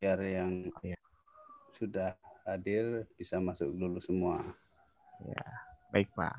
biar yang Ya. sudah hadir bisa masuk dulu semua. Ya, baik Pak.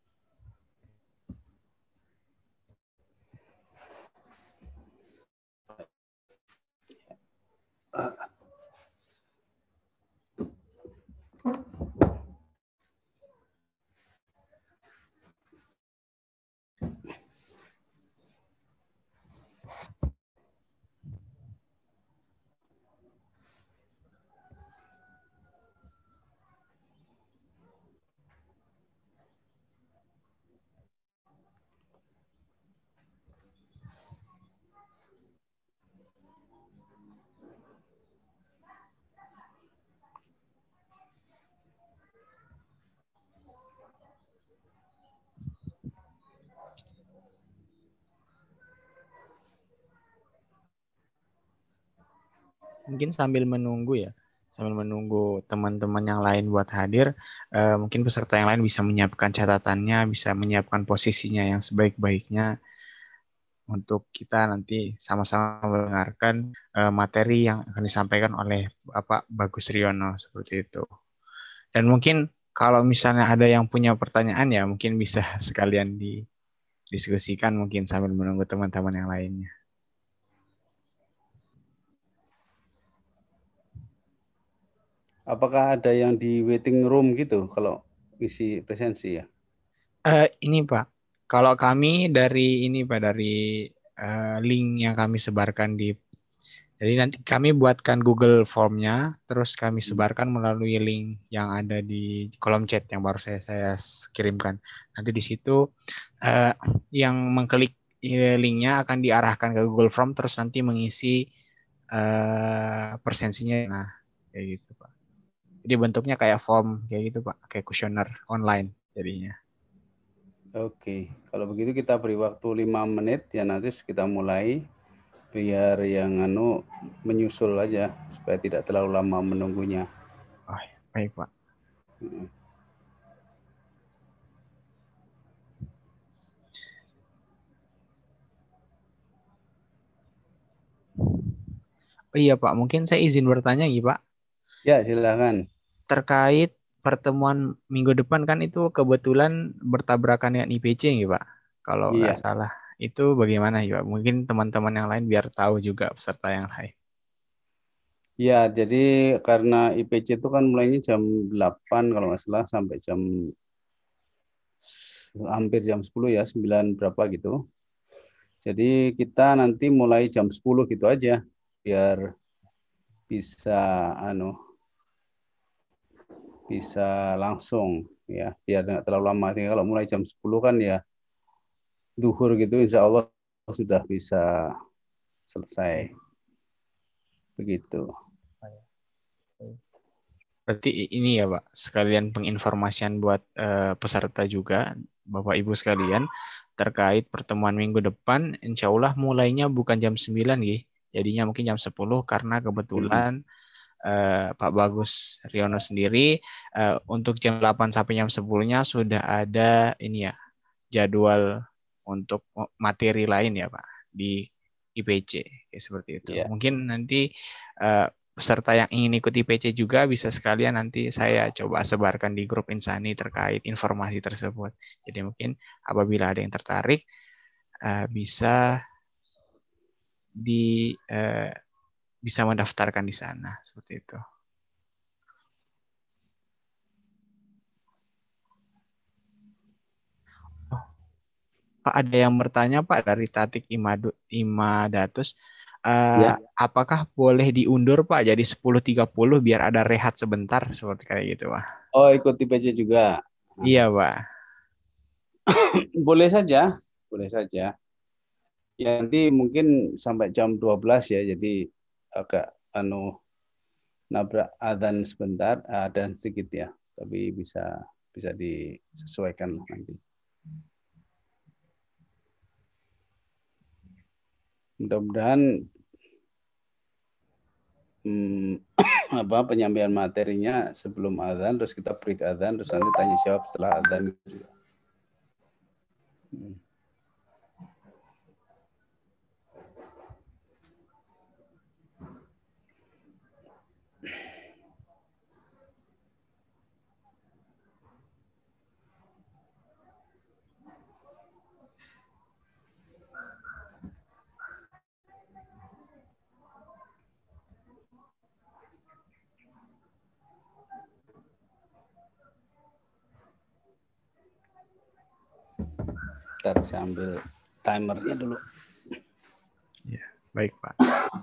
Mungkin sambil menunggu teman-teman yang lain buat hadir, mungkin peserta yang lain bisa menyiapkan catatannya, bisa menyiapkan posisinya yang sebaik-baiknya untuk kita nanti sama-sama mendengarkan materi yang akan disampaikan oleh Bapak Bagus Riono seperti itu. Dan mungkin kalau misalnya ada yang punya pertanyaan ya mungkin bisa sekalian didiskusikan mungkin sambil menunggu teman-teman yang lainnya. Apakah ada yang di waiting room gitu kalau isi presensi ya? Ini Pak, kalau kami dari ini Pak dari link yang kami sebarkan jadi nanti kami buatkan Google Form-nya, terus kami sebarkan melalui link yang ada di kolom chat yang baru saya kirimkan. Nanti di situ yang mengklik linknya akan diarahkan ke Google Form, terus nanti mengisi presensinya. Nah, kayak gitu Pak. Jadi bentuknya kayak form kayak gitu Pak, kayak kuesioner online jadinya. Oke, kalau begitu kita beri waktu 5 menit ya, nanti kita mulai biar yang menyusul aja supaya tidak terlalu lama menunggunya. Oh, baik Pak. Oh iya Pak, mungkin saya izin bertanya gitu Pak. Ya, silakan. Terkait pertemuan minggu depan kan itu kebetulan bertabrakan dengan IPC nih Pak. Kalau nggak Iya. salah. Itu bagaimana ya Pak? Mungkin teman-teman yang lain biar tahu juga peserta yang lain. Ya, jadi karena IPC itu kan mulainya jam 8 kalau nggak salah sampai hampir jam 10 ya, 9 berapa gitu. Jadi kita nanti mulai jam 10 gitu aja biar bisa bisa langsung ya, biar nggak terlalu lama. Sehingga kalau mulai jam 10 kan ya duhur gitu insya Allah sudah bisa selesai. Begitu. Berarti ini ya Pak, sekalian penginformasian buat peserta juga, Bapak Ibu sekalian, terkait pertemuan minggu depan, insya Allah mulainya bukan jam 9 nih, jadinya mungkin jam 10 karena kebetulan Pak Bagus Riono sendiri untuk jam 8 sampai jam 10-nya sudah ada ini ya jadwal untuk materi lain ya Pak di IPC kayak seperti itu. Ya. Mungkin nanti peserta yang ingin ikut IPC juga bisa sekalian nanti saya coba sebarkan di grup Insani terkait informasi tersebut. Jadi mungkin apabila ada yang tertarik bisa di bisa mendaftarkan di sana seperti itu. Pak, ada yang bertanya Pak dari Tatik Imadatus, Ya. apakah boleh diundur Pak jadi 10.30 biar ada rehat sebentar seperti kayak gitu Pak? Oh, ikut IPC juga. Iya Pak. Boleh saja, boleh saja. Ya nanti mungkin sampai jam 12 ya, jadi agak nabrak adzan sebentar, adzan sedikit ya, tapi bisa bisa disesuaikan lah nanti. Mudah-mudahan penyampaian materinya sebelum adzan, terus kita break adzan, terus nanti tanya jawab setelah adzan juga. Ntar saya ambil timernya dulu. Ya, baik Pak.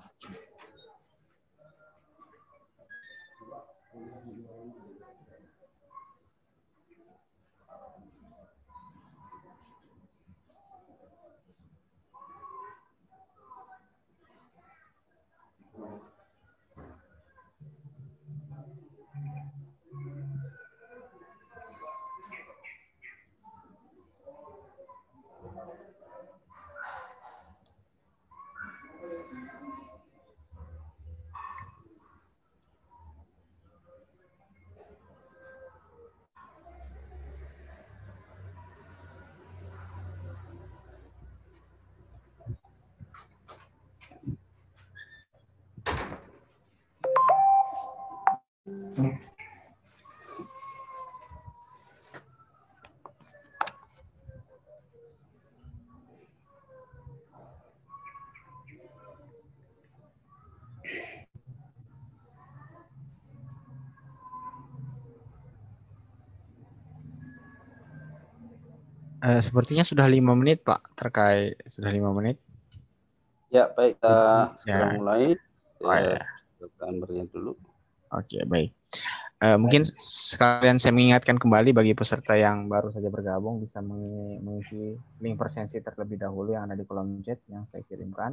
Sepertinya sudah 5 menit Pak, sudah 5 menit. Ya, baik, kita segera Ya. mulai. Oh, ya. Timernya dulu. Oke, baik. Mungkin sekalian saya mengingatkan kembali bagi peserta yang baru saja bergabung bisa mengisi link presensi terlebih dahulu yang ada di kolom chat yang saya kirimkan.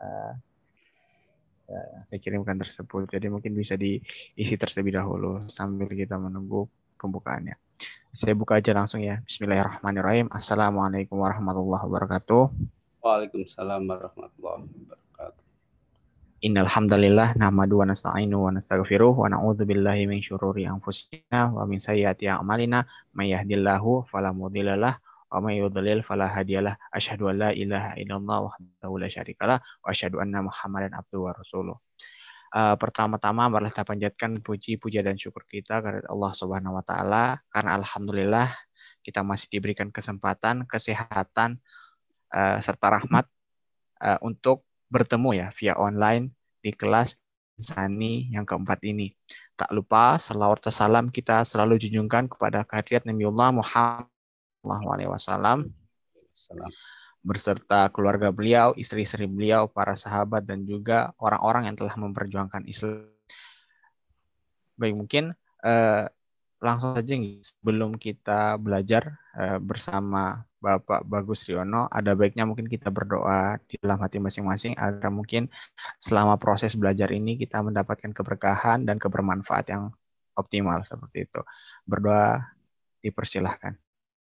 Saya kirimkan tersebut. Jadi mungkin bisa diisi terlebih dahulu sambil kita menunggu pembukaannya. Saya buka aja langsung ya. Bismillahirrahmanirrahim. Assalamualaikum warahmatullahi wabarakatuh. Waalaikumsalam warahmatullahi wabarakatuh. Innal hamdalillah nahmadu wa nasta'inu wa nastaghfiruh wa na'udzu billahi min syururi anfusina wa min sayyiati a'malina may yahdihillahu fala mudhillalah wa may yudlil fala hadiyalah. Asyhadu an la ilaha illallah wahdahu la syarikalah wa asyhadu anna Muhammadan abduhu wa rasuluh. Pertama-tama marilah kita panjatkan puji, puja dan syukur kita kepada Allah Subhanahu wa taala karena alhamdulillah kita masih diberikan kesempatan, kesehatan serta rahmat untuk bertemu ya via online di kelas Insani yang keempat ini. Tak lupa selawat dan salam kita selalu junjungkan kepada kehadirat Nabiullah Muhammad SAW berserta keluarga beliau, istri-istri beliau, para sahabat dan juga orang-orang yang telah memperjuangkan Islam. Baik, mungkin langsung saja sebelum kita belajar bersama Bapak Bagus Riono, ada baiknya mungkin kita berdoa di dalam hati masing-masing agar mungkin selama proses belajar ini kita mendapatkan keberkahan dan kebermanfaat yang optimal seperti itu. Berdoa dipersilahkan.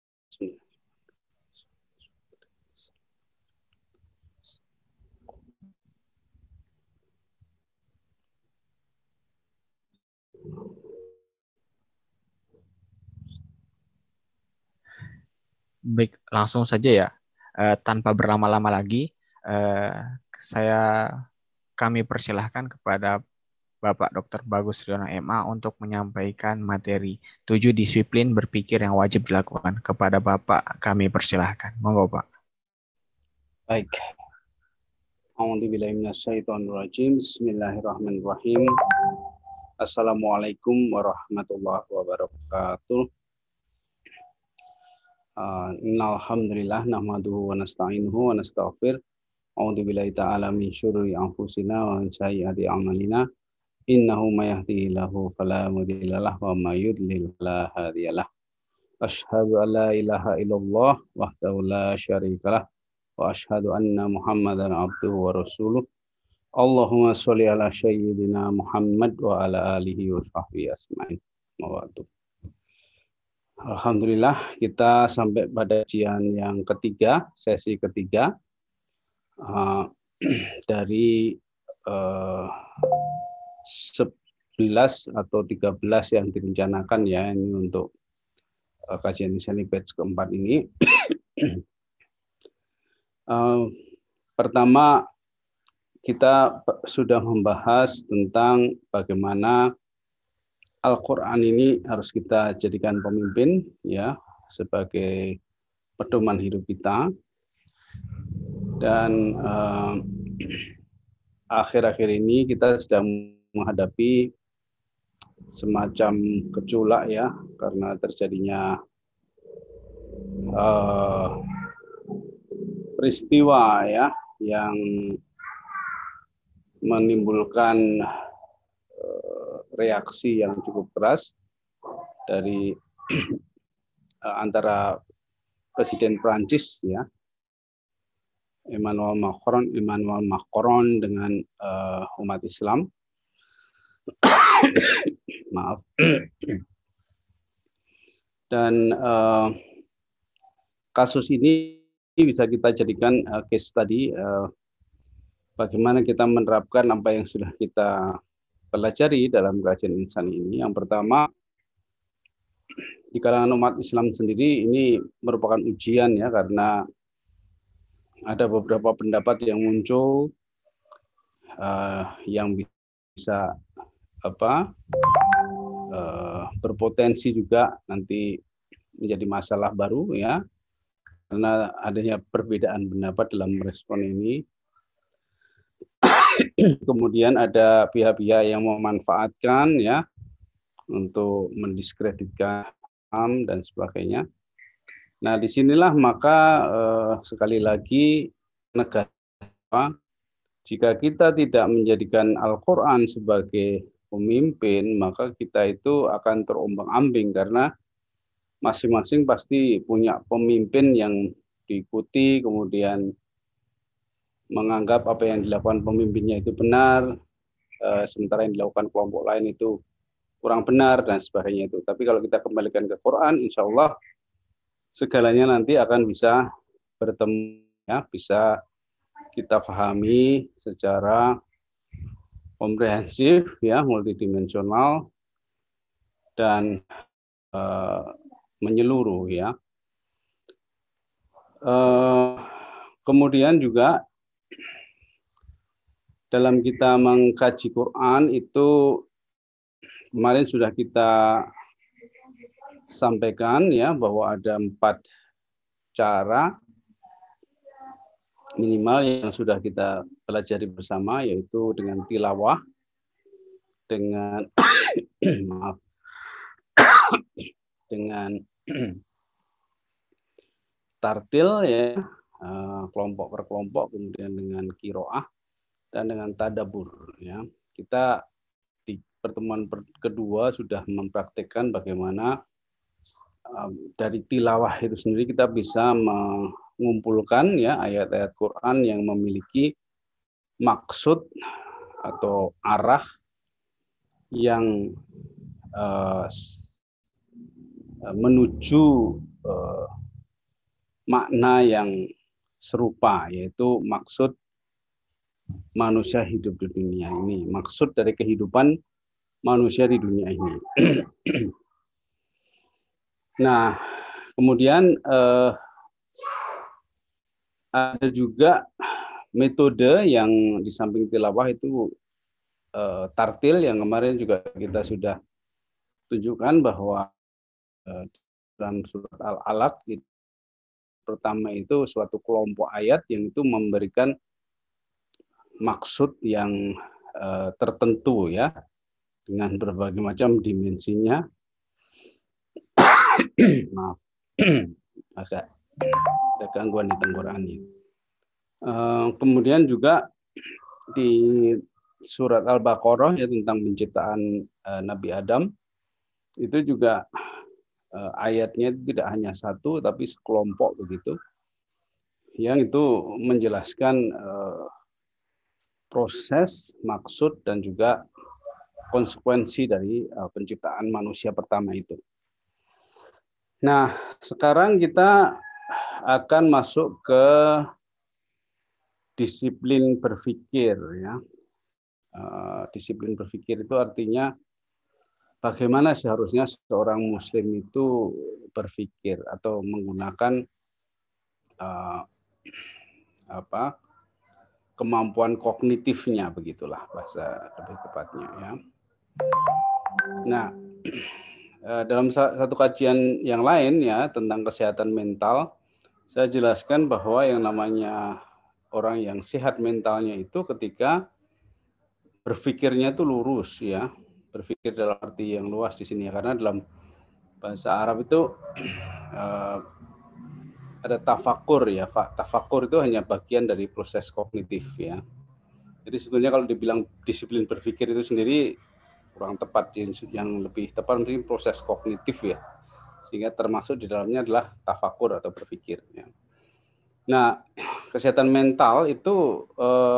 Baik, langsung saja ya. Tanpa berlama-lama lagi, kami persilahkan kepada Bapak Dr. Bagus Riono MA untuk menyampaikan materi 7 disiplin berpikir yang wajib dilakukan. Kepada Bapak kami persilahkan. Monggo Pak. Baik. A'udzubillahi minasyaitonirrajim. Bismillahirrahmanirrahim. Assalamualaikum warahmatullahi wabarakatuh. Innalhamdulillah nahmaduhu wa nasta'inuhu wa nastaghfir. A'udzubillahi ta'ala min syururi anfusina wa min sayyiati a'malina. Innahu may yahdihillahu fala mudhillalah wa may yudlil fala hadiyalah. Asyhadu an la ilaha illallah wahdahu la syarikalah wa asyhadu anna Muhammadan abduhu wa rasuluh. Allahumma sholli ala sayyidina Muhammad wa ala alihi wa sahbihi asma'in. Alhamdulillah kita sampai pada ujian yang ketiga, sesi ketiga dari 11 atau 13 yang direncanakan ya ini untuk kajian Insani batch keempat ini. Pertama kita sudah membahas tentang bagaimana Al-Quran ini harus kita jadikan pemimpin ya sebagai pedoman hidup kita, dan akhir-akhir ini kita sedang menghadapi semacam gejolak ya karena terjadinya peristiwa ya yang menimbulkan reaksi yang cukup keras dari antara Presiden Prancis ya Emmanuel Macron dengan umat Islam. Maaf. Dan kasus ini bisa kita jadikan case study bagaimana kita menerapkan apa yang sudah kita pelajari dalam kajian insan ini. Yang pertama, di kalangan umat Islam sendiri ini merupakan ujian ya, karena ada beberapa pendapat yang muncul yang bisa berpotensi juga nanti menjadi masalah baru ya, karena adanya perbedaan pendapat dalam respon ini. Kemudian ada pihak-pihak yang memanfaatkan ya untuk mendiskreditkan dan sebagainya. Nah, disinilah maka sekali lagi negara, jika kita tidak menjadikan Al-Quran sebagai pemimpin, maka kita itu akan terombang-ambing karena masing-masing pasti punya pemimpin yang diikuti, kemudian menganggap apa yang dilakukan pemimpinnya itu benar, sementara yang dilakukan kelompok lain itu kurang benar dan sebagainya itu. Tapi kalau kita kembalikan ke Quran, insya Allah segalanya nanti akan bisa bertemu, ya, bisa kita pahami secara komprehensif, ya, multidimensional dan menyeluruh, ya. Kemudian juga dalam kita mengkaji Quran itu kemarin sudah kita sampaikan ya bahwa ada 4 cara minimal yang sudah kita pelajari bersama, yaitu dengan tilawah, dengan maaf, dengan tartil ya, kelompok per kelompok, kemudian dengan qiraah dan dengan tadabbur ya. Kita di pertemuan kedua sudah mempraktikkan bagaimana dari tilawah itu sendiri kita bisa mengumpulkan ya ayat-ayat Quran yang memiliki maksud atau arah yang menuju makna yang serupa, yaitu maksud manusia hidup di dunia ini, maksud dari kehidupan manusia di dunia ini. Nah, kemudian ada juga metode yang di samping tilawah itu tartil, yang kemarin juga kita sudah tunjukkan bahwa dalam surat Al-Alaq pertama itu suatu kelompok ayat yang itu memberikan maksud yang tertentu ya, dengan berbagai macam dimensinya. Maaf, agak ada gangguan di tenggorokan ini. Kemudian juga di surat Al-Baqarah ya tentang penciptaan Nabi Adam, itu juga ayatnya tidak hanya satu tapi sekelompok begitu, yang itu menjelaskan proses, maksud dan juga konsekuensi dari penciptaan manusia pertama itu. Nah, sekarang kita akan masuk ke disiplin berpikir ya. Disiplin berpikir itu artinya bagaimana seharusnya seorang muslim itu berpikir atau menggunakan kemampuan kognitifnya, begitulah bahasa lebih tepatnya ya. Nah, dalam satu kajian yang lain ya tentang kesehatan mental, saya jelaskan bahwa yang namanya orang yang sehat mentalnya itu ketika berpikirnya itu lurus ya, berpikir dalam arti yang luas di sini, karena dalam bahasa Arab itu ada tafakur ya. Tafakur itu hanya bagian dari proses kognitif ya. Jadi sebetulnya kalau dibilang disiplin berpikir itu sendiri kurang tepat, yang lebih tepat mungkin proses kognitif ya. Sehingga termasuk di dalamnya adalah tafakur atau berpikir ya. Nah, kesehatan mental itu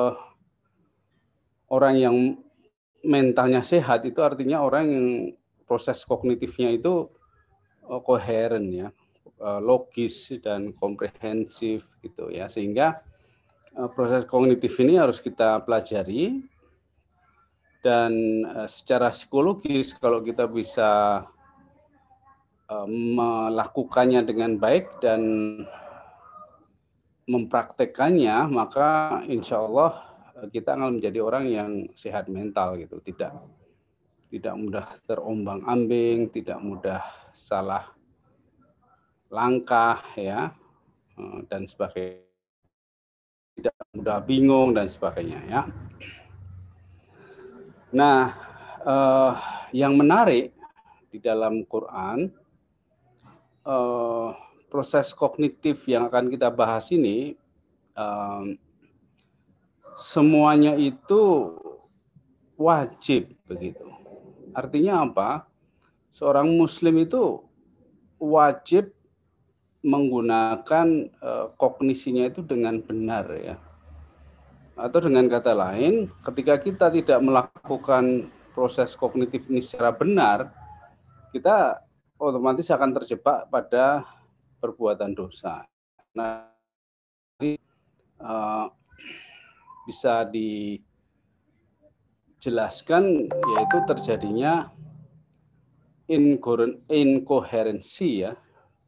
orang yang mentalnya sehat itu artinya orang yang proses kognitifnya itu koheren ya, logis dan komprehensif gitu ya, sehingga proses kognitif ini harus kita pelajari dan secara psikologis kalau kita bisa melakukannya dengan baik dan mempraktekannya, maka insya Allah kita akan menjadi orang yang sehat mental gitu, tidak mudah terombang-ambing, tidak mudah salah langkah ya, dan sebagainya, tidak mudah bingung dan sebagainya ya. Nah, yang menarik di dalam Quran, proses kognitif yang akan kita bahas ini semuanya itu wajib begitu. Artinya apa? Seorang muslim itu wajib menggunakan kognisinya itu dengan benar ya. Atau dengan kata lain, ketika kita tidak melakukan proses kognitif ini secara benar, kita otomatis akan terjebak pada perbuatan dosa. Nah, bisa dijelaskan yaitu terjadinya inkoherensi ya,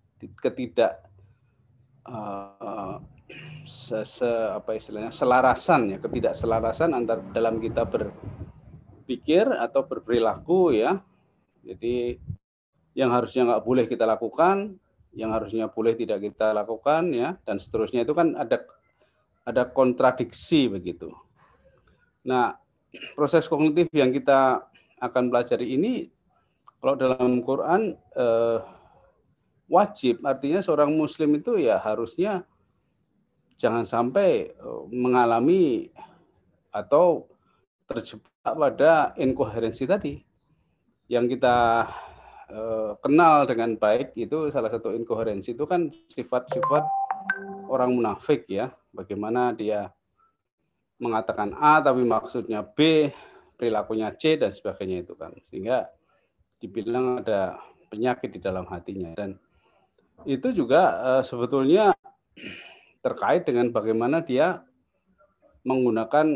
ketidakselarasan antar dalam kita berpikir atau berperilaku ya. Jadi yang harusnya nggak boleh kita lakukan, yang harusnya boleh tidak kita lakukan ya, dan seterusnya, itu kan ada kontradiksi begitu. Nah, proses kognitif yang kita akan pelajari ini kalau dalam Quran wajib, artinya seorang muslim itu ya harusnya jangan sampai mengalami atau terjebak pada inkoherensi tadi. Yang kita kenal dengan baik itu, salah satu inkoherensi itu kan sifat-sifat orang munafik ya. Bagaimana dia mengatakan A tapi maksudnya B, perilakunya C dan sebagainya itu kan. Sehingga dibilang ada penyakit di dalam hatinya, dan itu juga sebetulnya terkait dengan bagaimana dia menggunakan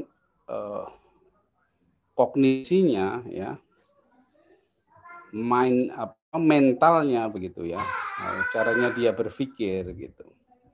kognisinya ya, mentalnya begitu ya, caranya dia berpikir gitu.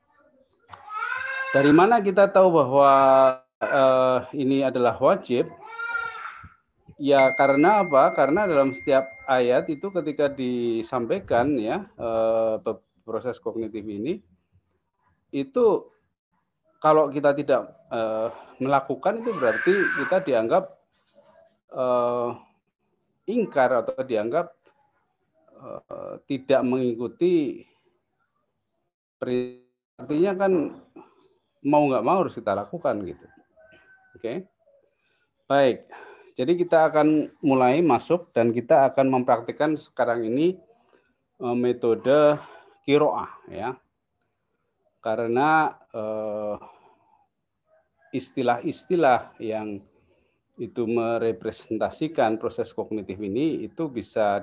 Dari mana kita tahu bahwa ini adalah wajib? Ya karena apa? Karena dalam setiap ayat itu ketika disampaikan ya proses kognitif ini, itu kalau kita tidak melakukan itu berarti kita dianggap ingkar atau dianggap tidak mengikuti. Artinya kan mau nggak mau harus kita lakukan gitu. Oke. Baik. Jadi kita akan mulai masuk dan kita akan mempraktikkan sekarang ini metode qiraah ya. Karena istilah-istilah yang itu merepresentasikan proses kognitif ini itu bisa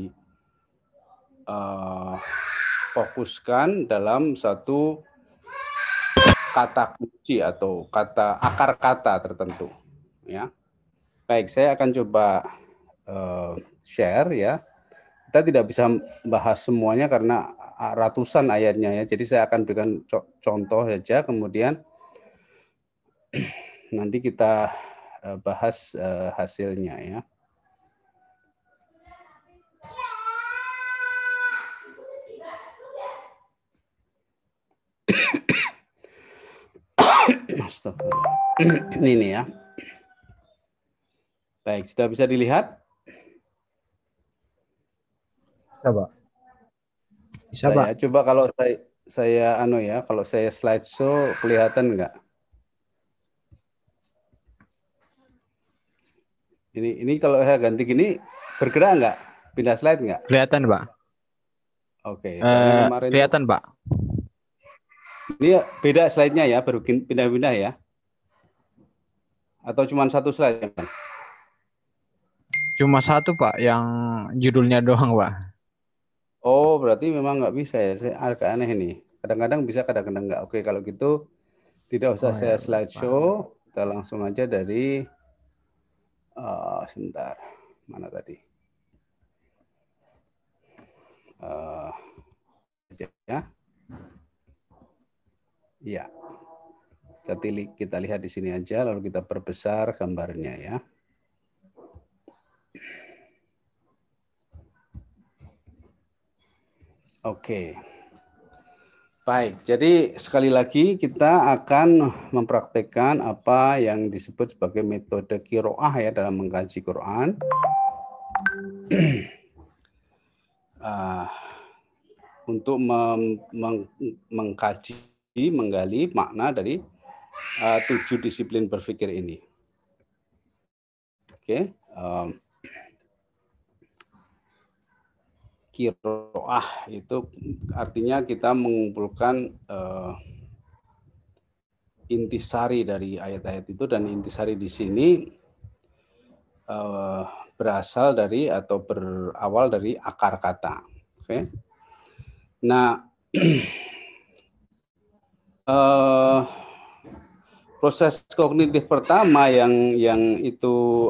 difokuskan dalam satu kata kunci atau kata akar kata tertentu ya. Baik, saya akan coba share ya. Kita tidak bisa bahas semuanya karena ratusan ayatnya ya. Jadi saya akan berikan contoh saja, kemudian nanti kita bahas hasilnya ya. Astagfirullah. Ini nih ya. Baik, sudah bisa dilihat? Bisa, Pak. Bisa, Pak. Pak. Coba kalau saya kalau saya slideshow kelihatan nggak? Ini kalau saya ganti gini bergerak nggak? Pindah slide nggak? Kelihatan, Pak. Oke, soalnya kemarin tuh Kelihatan, Pak. ini beda slide-nya ya, baru pindah-pindah ya? Atau cuma satu slide? Cuma satu, Pak, yang judulnya doang, Pak. Oh, berarti memang nggak bisa ya? Saya agak aneh nih. Kadang-kadang bisa, kadang-kadang nggak. Oke, kalau gitu tidak usah Oh saya ya, slideshow. Kita langsung aja dari sebentar. Mana tadi? Ya. Iya. Kita lihat di sini aja, lalu kita perbesar gambarnya ya. Oke. Baik, jadi sekali lagi kita akan mempraktekkan apa yang disebut sebagai metode qiraah ya dalam mengkaji Quran. Untuk mengkaji, menggali makna dari 7 disiplin berpikir ini. Oke. Qiraah itu artinya kita mengumpulkan intisari dari ayat-ayat itu, dan intisari di sini berasal dari atau berawal dari akar kata. Oke. Nah, proses kognitif pertama yang itu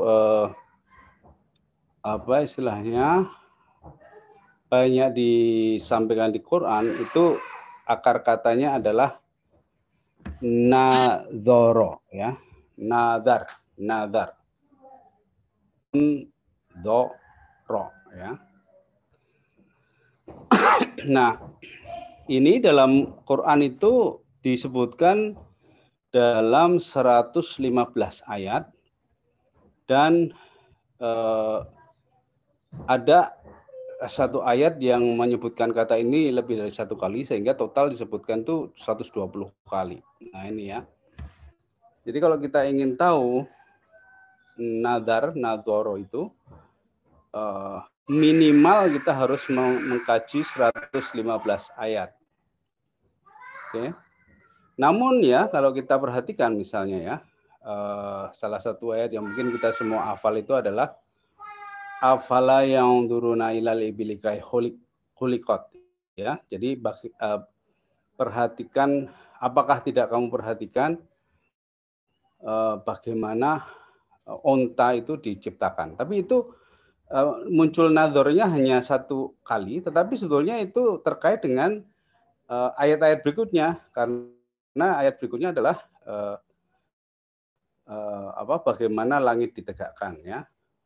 apa istilahnya banyak disampaikan di Quran, itu akar katanya adalah nadzoro ya, nadar doro ya. Nah, ini dalam Quran itu disebutkan dalam 115 ayat, dan ada satu ayat yang menyebutkan kata ini lebih dari satu kali, sehingga total disebutkan tuh 120 kali. Nah ini ya. Jadi kalau kita ingin tahu nadoro itu, minimal kita harus mengkaji 115 ayat. Oke. Namun ya kalau kita perhatikan misalnya ya, salah satu ayat yang mungkin kita semua hafal itu adalah afala yang duruna ilal ibili kai khuliqat ya. Jadi perhatikan, apakah tidak kamu perhatikan bagaimana onta itu diciptakan. Tapi itu muncul nadornya hanya satu kali, tetapi sebetulnya itu terkait dengan ayat-ayat berikutnya, karena ayat berikutnya adalah bagaimana langit ditegakkan ya,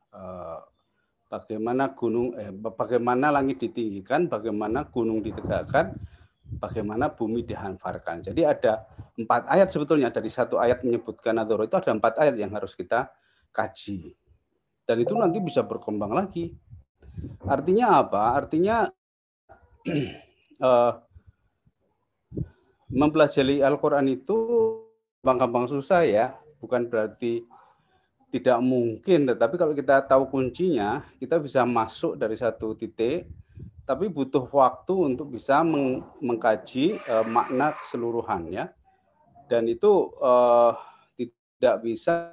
bagaimana langit ditinggikan, bagaimana gunung ditegakkan, bagaimana bumi dihanfarkan. Jadi ada 4 ayat sebetulnya, dari satu ayat menyebutkan nadoro itu ada 4 ayat yang harus kita kaji. Dan itu nanti bisa berkembang lagi. Artinya apa? Artinya mempelajari Al-Quran itu gampang-gampang susah ya. Bukan berarti tidak mungkin, tetapi kalau kita tahu kuncinya, kita bisa masuk dari satu titik, tapi butuh waktu untuk bisa mengkaji makna keseluruhan ya. Dan itu tidak bisa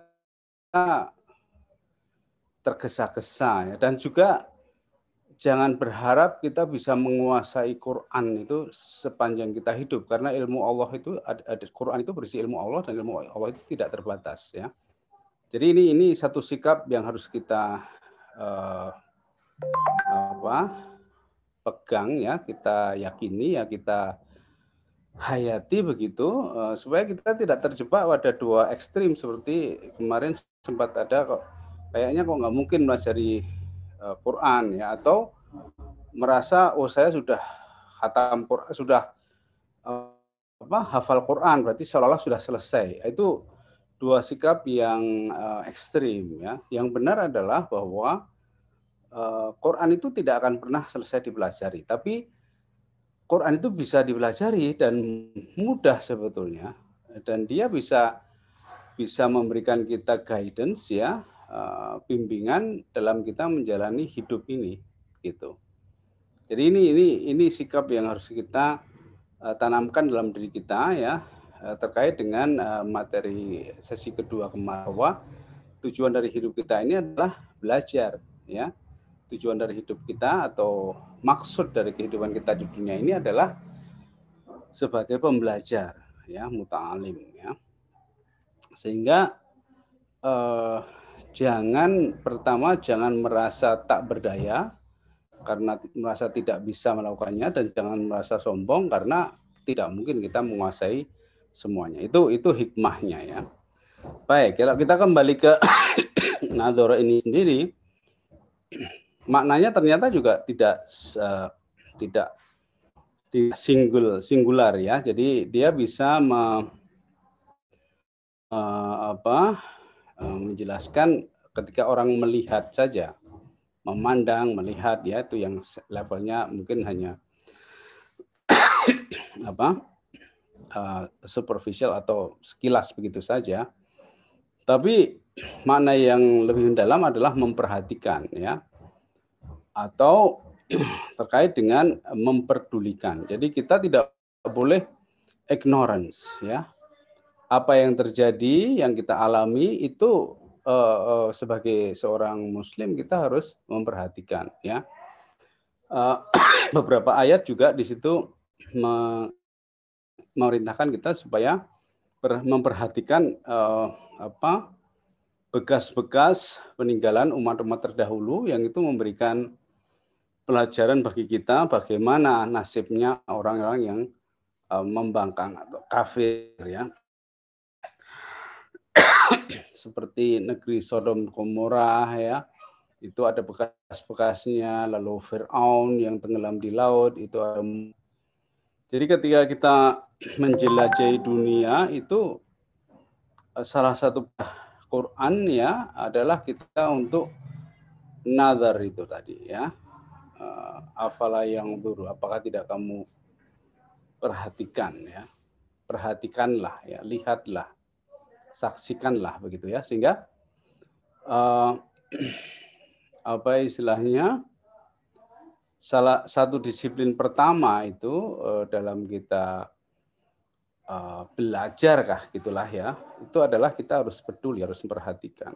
tergesa-gesa ya. Dan juga jangan berharap kita bisa menguasai Quran itu sepanjang kita hidup, karena ilmu Allah itu Quran itu berisi ilmu Allah, dan ilmu Allah itu tidak terbatas ya. Jadi ini satu sikap yang harus kita pegang ya, kita yakini ya, kita hayati begitu, supaya kita tidak terjebak pada dua ekstrim seperti kemarin sempat ada kok, kayaknya kok nggak mungkin melajari Quran ya, atau merasa saya sudah khatam Quran, sudah hafal Quran, berarti seolah-olah sudah selesai. Itu dua sikap yang ekstrim ya. Yang benar adalah bahwa Quran itu tidak akan pernah selesai dipelajari, tapi Quran itu bisa dipelajari dan mudah sebetulnya, dan dia bisa memberikan kita guidance ya, bimbingan dalam kita menjalani hidup ini gitu. Jadi ini sikap yang harus kita tanamkan dalam diri kita ya, terkait dengan materi sesi kedua kemarin, bahwa tujuan dari hidup kita ini adalah belajar ya. Tujuan dari hidup kita atau maksud dari kehidupan kita di dunia ini adalah sebagai pembelajar ya, muta'alim ya. Sehingga jangan merasa tak berdaya karena merasa tidak bisa melakukannya, dan jangan merasa sombong karena tidak mungkin kita menguasai semuanya. Itu hikmahnya ya. Baik, kalau kita kembali ke nadhara ini sendiri, maknanya ternyata juga tidak singular ya. Jadi dia bisa menjelaskan ketika orang melihat saja, memandang, melihat ya, itu yang levelnya mungkin hanya superficial atau sekilas begitu saja. Tapi makna yang lebih mendalam adalah memperhatikan ya, atau terkait dengan memperdulikan. Jadi kita tidak boleh ignorance ya. Apa yang terjadi, yang kita alami itu sebagai seorang muslim kita harus memperhatikan ya. Beberapa ayat juga di situ memerintahkan kita supaya memperhatikan bekas-bekas peninggalan umat-umat terdahulu yang itu memberikan pelajaran bagi kita bagaimana nasibnya orang-orang yang membangkang atau kafir ya. Seperti negeri Sodom Gomora ya, itu ada bekas-bekasnya, lalu Fir'aun yang tenggelam di laut itu ada. Jadi ketika kita menjelajahi dunia itu, salah satu Quran ya adalah kita untuk nazar itu tadi ya. Afala yang dulu, apakah tidak kamu perhatikan ya, perhatikanlah ya, lihatlah, saksikanlah begitu ya, sehingga apa istilahnya, salah satu disiplin pertama itu dalam kita belajar kah gitulah ya, itu adalah kita harus peduli, harus memperhatikan.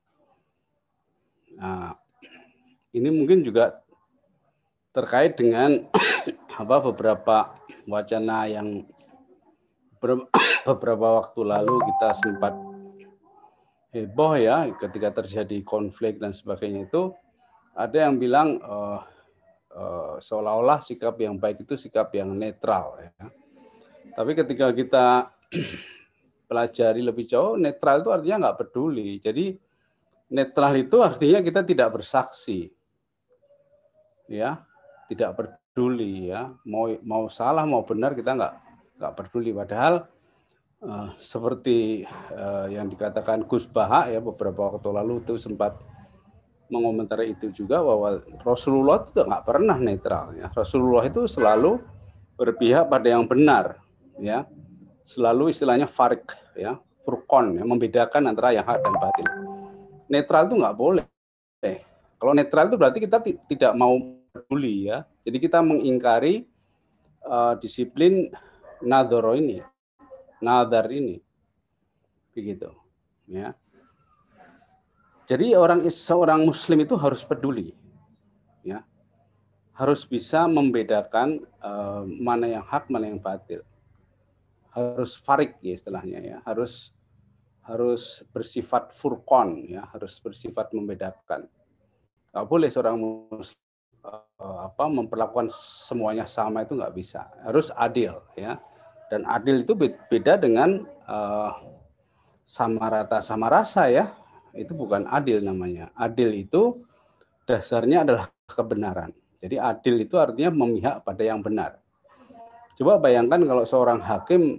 Nah, ini mungkin juga terkait dengan beberapa wacana yang beberapa waktu lalu kita sempat heboh ya, ketika terjadi konflik dan sebagainya, itu ada yang bilang seolah-olah sikap yang baik itu sikap yang netral ya. Tapi ketika kita pelajari lebih jauh, netral itu artinya nggak peduli. Jadi netral itu artinya kita tidak bersaksi ya, tidak peduli ya, mau salah mau benar kita nggak peduli. Padahal seperti yang dikatakan Gus Baha ya beberapa waktu lalu itu sempat mengomentari itu juga, bahwa Rasulullah itu nggak pernah netral ya. Rasulullah itu selalu berpihak pada yang benar ya, selalu istilahnya farik ya, furqon ya, membedakan antara yang hak dan batil. Netral itu nggak boleh. Kalau netral itu berarti kita tidak mau peduli ya. Jadi kita mengingkari disiplin nadhar ini, begitu ya. Jadi seorang muslim itu harus peduli ya, harus bisa membedakan mana yang hak mana yang batil, harus farik ya istilahnya ya, harus bersifat furqon ya, harus bersifat membedakan. Nggak boleh seorang muslim memperlakukan semuanya sama, itu nggak bisa, harus adil ya. Dan adil itu beda dengan sama rata sama rasa ya, itu bukan adil namanya. Adil itu dasarnya adalah kebenaran. Jadi adil itu artinya memihak pada yang benar. Coba bayangkan kalau seorang hakim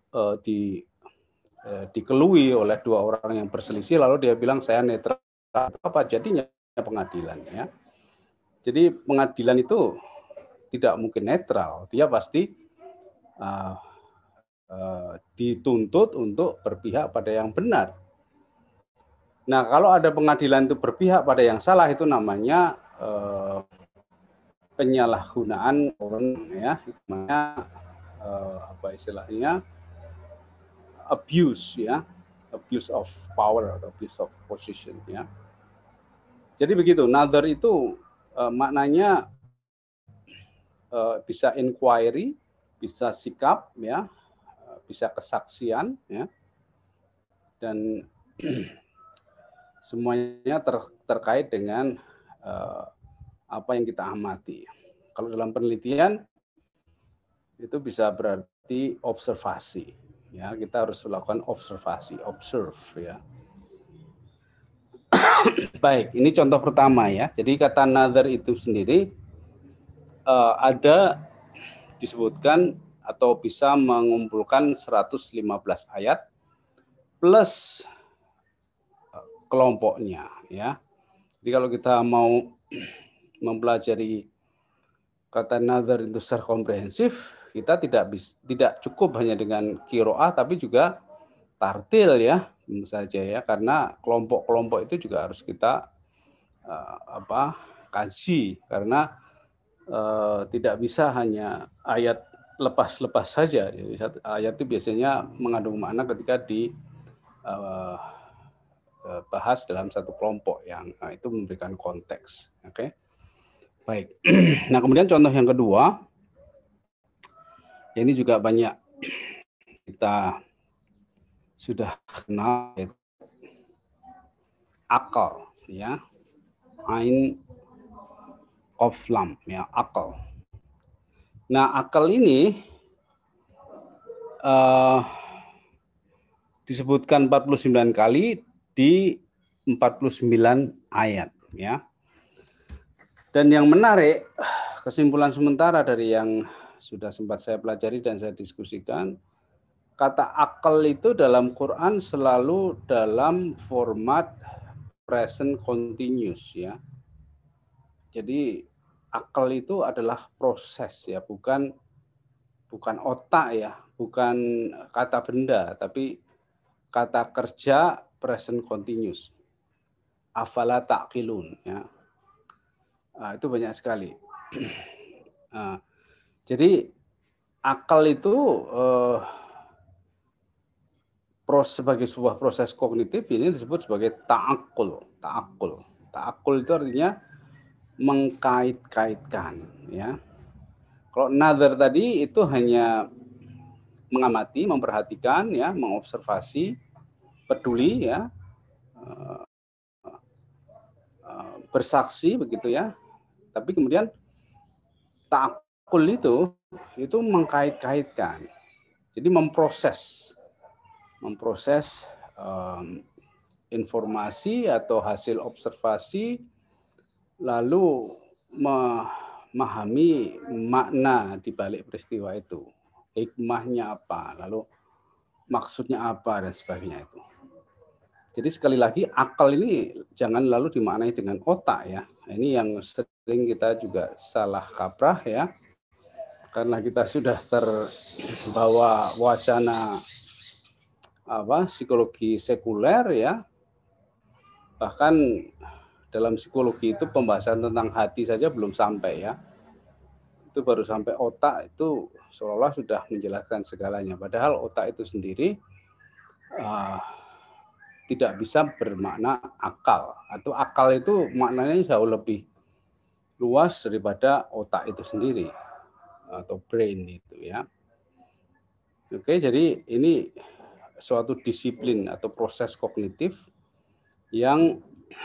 dikelui oleh dua orang yang berselisih, lalu dia bilang saya netral, apa jadinya pengadilan ya. Jadi pengadilan itu tidak mungkin netral. Dia pasti dituntut untuk berpihak pada yang benar. Nah, kalau ada pengadilan itu berpihak pada yang salah, itu namanya penyalahgunaan ya, namanya apa istilahnya, abuse ya, abuse of power atau abuse of position ya. Jadi begitu. Nazar itu maknanya bisa inquiry, bisa sikap ya, bisa kesaksian ya, dan semuanya terkait dengan apa yang kita amati. Kalau dalam penelitian itu bisa berarti observasi. Ya, kita harus melakukan observasi, observe ya. Baik, ini contoh pertama ya. Jadi kata nazar itu sendiri ada disebutkan atau bisa mengumpulkan 115 ayat plus kelompoknya ya. Jadi kalau kita mau mempelajari kata nazar itu secara komprehensif, kita tidak cukup hanya dengan qiraah tapi juga tartil ya, tentu saja ya, karena kelompok-kelompok itu juga harus kita kaji, karena tidak bisa hanya ayat lepas-lepas saja. Jadi ayat itu biasanya mengandung makna ketika dibahas dalam satu kelompok yang itu memberikan konteks. Oke. Baik. Nah, kemudian contoh yang kedua, ini juga banyak kita sudah kenal, yaitu akal ya. Ain qaf lam ya, akal. Nah, akal ini disebutkan 49 kali di 49 ayat ya. Dan yang menarik, kesimpulan sementara dari yang sudah sempat saya pelajari dan saya diskusikan, kata akal itu dalam Quran selalu dalam format present continuous ya. Jadi akal itu adalah proses ya, bukan otak ya, bukan kata benda, tapi kata kerja present continuous. Afala ta'qilun ya. Nah, itu banyak sekali. Nah, jadi akal itu sebagai sebuah proses kognitif ini disebut sebagai ta'akul. Ta'akul itu artinya mengkait-kaitkan ya. Kalau nazar tadi itu hanya mengamati, memperhatikan ya, mengobservasi, peduli ya, bersaksi begitu ya. Tapi kemudian ta'akul itu mengkait-kaitkan. Jadi memproses informasi atau hasil observasi, lalu memahami makna di balik peristiwa itu, hikmahnya apa, lalu maksudnya apa dan sebagainya itu. Jadi sekali lagi akal ini jangan lalu dimaknai dengan otak ya. Ini yang sering kita juga salah kaprah ya. Karena kita sudah terbawa wacana psikologi sekuler ya. Bahkan dalam psikologi itu pembahasan tentang hati saja belum sampai ya. Itu baru sampai otak, itu seolah-olah sudah menjelaskan segalanya. Padahal otak itu sendiri tidak bisa bermakna akal, atau akal itu maknanya jauh lebih luas daripada otak itu sendiri atau brain itu ya. Oke, jadi ini suatu disiplin atau proses kognitif yang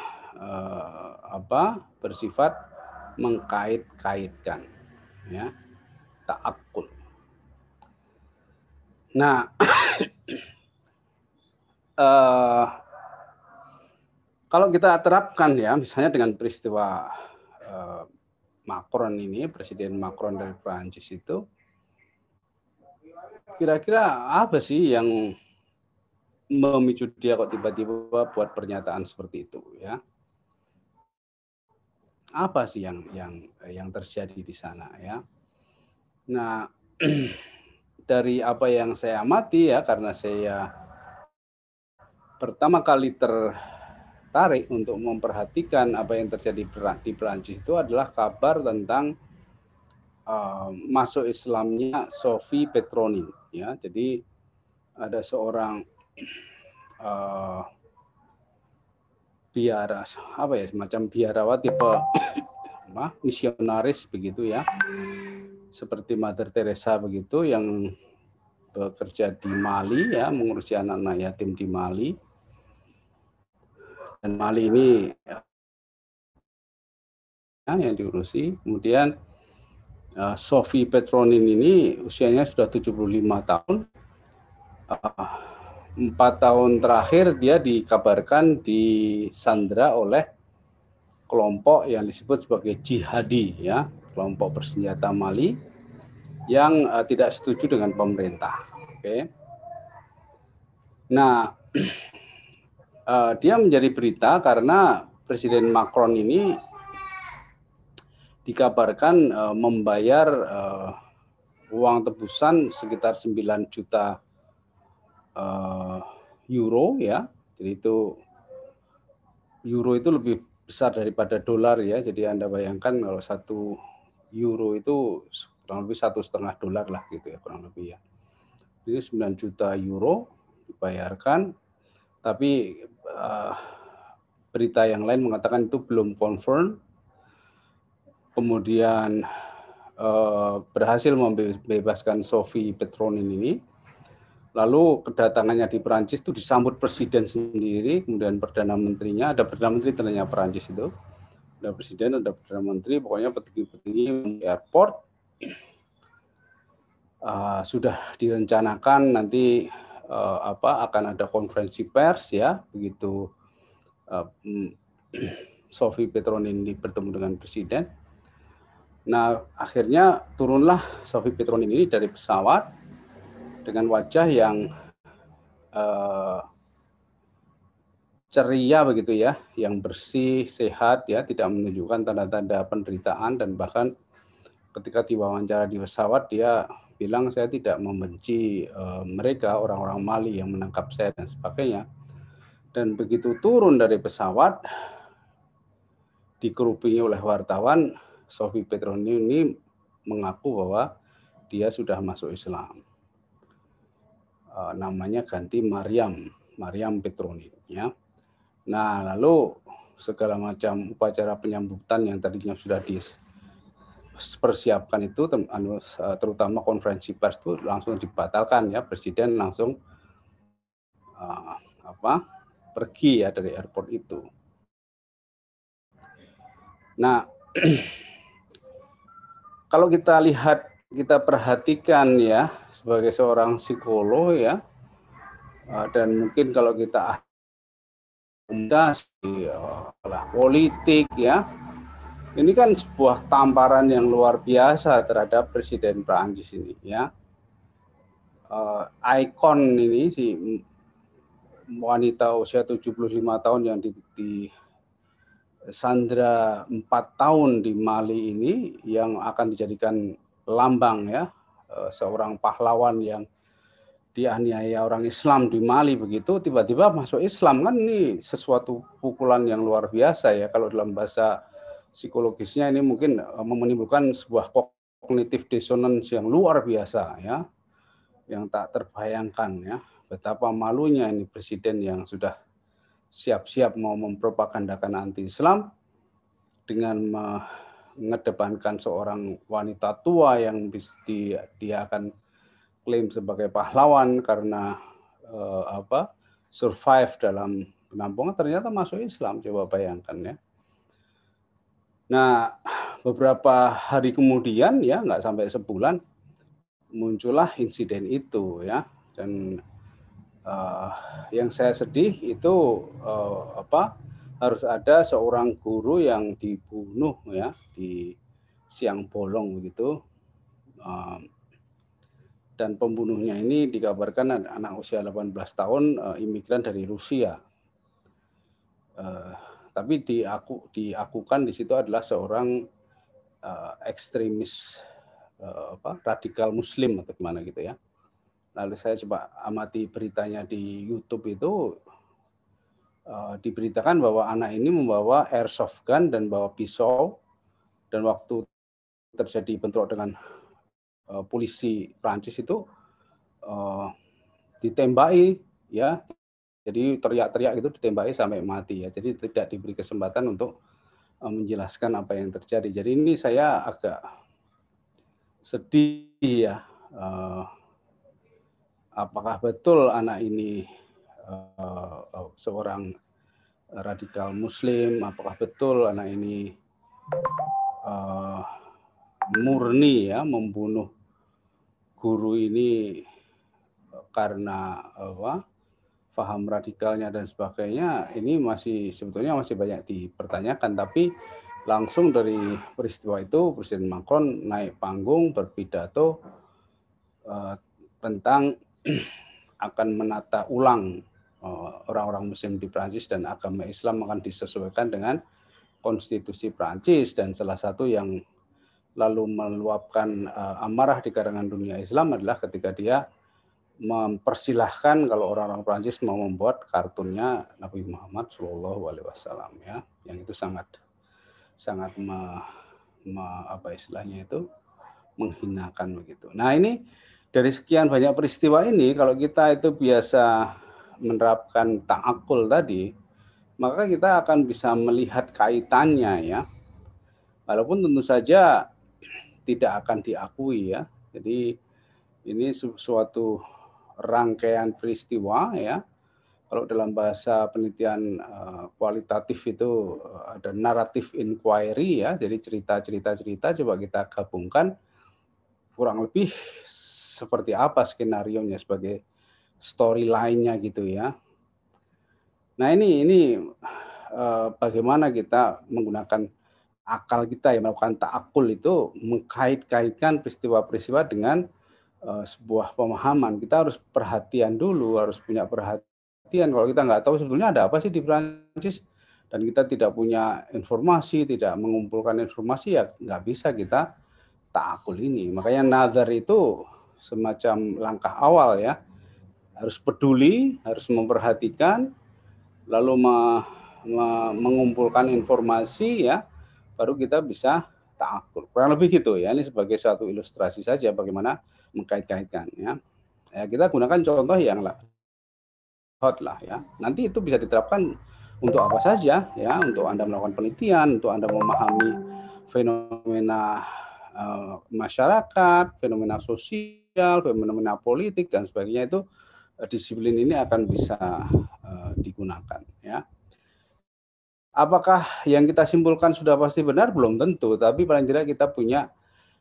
bersifat mengkait-kaitkan ya, ta'akul. Nah, kalau kita terapkan ya, misalnya dengan peristiwa Macron ini, Presiden Macron dari Prancis itu, kira-kira apa sih yang memicu dia kok tiba-tiba buat pernyataan seperti itu ya? apa sih yang terjadi di sana ya. Nah, dari apa yang saya amati ya, karena saya pertama kali tertarik untuk memperhatikan apa yang terjadi di Perancis itu adalah kabar tentang masuk Islamnya Sophie Petronin ya. Jadi ada seorang biara apa ya, semacam biarawat tipe misionaris begitu ya, seperti Mother Teresa begitu, yang bekerja di Mali ya, mengurusi anak-anak yatim di Mali. Dan Mali ini yang diurusi. Kemudian Sophie Petronin ini usianya sudah 75 tahun. 4 tahun terakhir dia dikabarkan disandra oleh kelompok yang disebut sebagai jihadi ya, kelompok bersenjata Mali yang tidak setuju dengan pemerintah. Oke. Nah, dia menjadi berita karena Presiden Macron ini dikabarkan membayar uang tebusan sekitar 9 juta euro ya. Jadi euro itu lebih besar daripada dolar ya. Jadi Anda bayangkan kalau 1 euro itu kurang lebih $1,5 lah gitu ya, kurang lebih ya. Jadi 9 juta euro dibayarkan, tapi berita yang lain mengatakan itu belum confirm. Kemudian berhasil membebaskan Sophie Petronin ini. Lalu kedatangannya di Perancis itu disambut presiden sendiri, kemudian perdana menterinya, ada perdana menteri tentunya Perancis itu, ada presiden, ada perdana menteri, pokoknya petinggi-petinggi di airport. Sudah direncanakan nanti akan ada konferensi pers ya, begitu Sophie Petronin bertemu dengan presiden. Nah, akhirnya turunlah Sophie Petronin ini dari pesawat dengan wajah yang ceria begitu ya, yang bersih, sehat ya, tidak menunjukkan tanda-tanda penderitaan, dan bahkan ketika diwawancara di pesawat dia bilang, saya tidak membenci mereka, orang-orang Mali yang menangkap saya dan sebagainya. Dan begitu turun dari pesawat, dikerupingi oleh wartawan, Sophie Petronin ini mengaku bahwa dia sudah masuk Islam. Namanya ganti Mariam Petronin ya. Nah, lalu segala macam upacara penyambutan yang tadinya sudah dipersiapkan itu, terutama konferensi pers itu langsung dibatalkan ya. Presiden langsung pergi ya dari airport itu. Nah, kalau kita lihat, kita perhatikan ya, sebagai seorang psikolog ya, dan mungkin kalau kita politik ya, ini kan sebuah tamparan yang luar biasa terhadap Presiden Prancis ini ya. Ikon ini, si wanita usia 75 tahun yang disandra 4 tahun di Mali ini, yang akan dijadikan lambang ya, seorang pahlawan yang dianiaya orang Islam di Mali begitu, tiba-tiba masuk Islam, kan ini sesuatu pukulan yang luar biasa ya. Kalau dalam bahasa psikologisnya ini mungkin menimbulkan sebuah cognitive dissonance yang luar biasa ya, yang tak terbayangkan ya. Betapa malunya ini presiden yang sudah siap-siap mau mempropagandakan anti-Islam dengan mengedepankan seorang wanita tua yang dia akan klaim sebagai pahlawan karena survive dalam penampungan, ternyata masuk Islam. Coba bayangkan ya. Nah, beberapa hari kemudian ya, nggak sampai sebulan, muncullah insiden itu ya. Dan yang saya sedih itu harus ada seorang guru yang dibunuh ya di Siang Bolong begitu. Dan pembunuhnya ini dikabarkan anak usia 18 tahun, imigran dari Rusia. tapi diakukan di situ adalah seorang ekstremis radikal Muslim atau gimana gitu ya. Lalu saya coba amati beritanya di YouTube itu, diberitakan bahwa anak ini membawa airsoft gun dan bawa pisau, dan waktu terjadi bentrok dengan polisi Prancis itu ditembaki ya. Jadi teriak-teriak itu ditembaki sampai mati ya. Jadi tidak diberi kesempatan untuk menjelaskan apa yang terjadi. Jadi ini saya agak sedih ya. Apakah betul anak ini seorang radikal Muslim? Apakah betul anak ini murni ya membunuh guru ini karena paham radikalnya dan sebagainya? Ini sebetulnya masih banyak dipertanyakan. Tapi langsung dari peristiwa itu Presiden Macron naik panggung berpidato tentang akan menata ulang orang-orang Muslim di Prancis, dan agama Islam akan disesuaikan dengan konstitusi Prancis. Dan salah satu yang lalu meluapkan amarah di kalangan dunia Islam adalah ketika dia mempersilahkan kalau orang-orang Prancis mau membuat kartunnya Nabi Muhammad SAW ya, yang itu sangat apa istilahnya itu, menghinakan begitu. Nah, ini dari sekian banyak peristiwa ini, kalau kita itu biasa menerapkan ta'akul tadi, maka kita akan bisa melihat kaitannya ya. Walaupun tentu saja tidak akan diakui ya. Jadi ini suatu rangkaian peristiwa ya. Kalau dalam bahasa penelitian kualitatif itu ada narrative inquiry ya. Jadi cerita-cerita coba kita gabungkan, kurang lebih seperti apa skenarionya sebagai storyline-nya gitu ya. Nah, ini bagaimana kita menggunakan akal kita yang melakukan ta'akul itu, mengkait-kaitkan peristiwa-peristiwa dengan sebuah pemahaman. Kita harus perhatian dulu, harus punya perhatian. Kalau kita nggak tahu sebetulnya ada apa sih di Prancis, dan kita tidak punya informasi, tidak mengumpulkan informasi, ya nggak bisa kita ta'akul ini. Makanya nazar itu semacam langkah awal ya. Harus peduli, harus memperhatikan, lalu mengumpulkan informasi ya, baru kita bisa ta'akul. Kurang lebih gitu ya. Ini sebagai satu ilustrasi saja bagaimana mengkait-kaitkan ya. Kita gunakan contoh yang hot lah ya. Nanti itu bisa diterapkan untuk apa saja ya, untuk Anda melakukan penelitian, untuk Anda memahami fenomena masyarakat, fenomena sosial, fenomena politik dan sebagainya. Itu disiplin ini akan bisa digunakan ya. Apakah yang kita simpulkan sudah pasti benar? Belum tentu, tapi paling tidak kita punya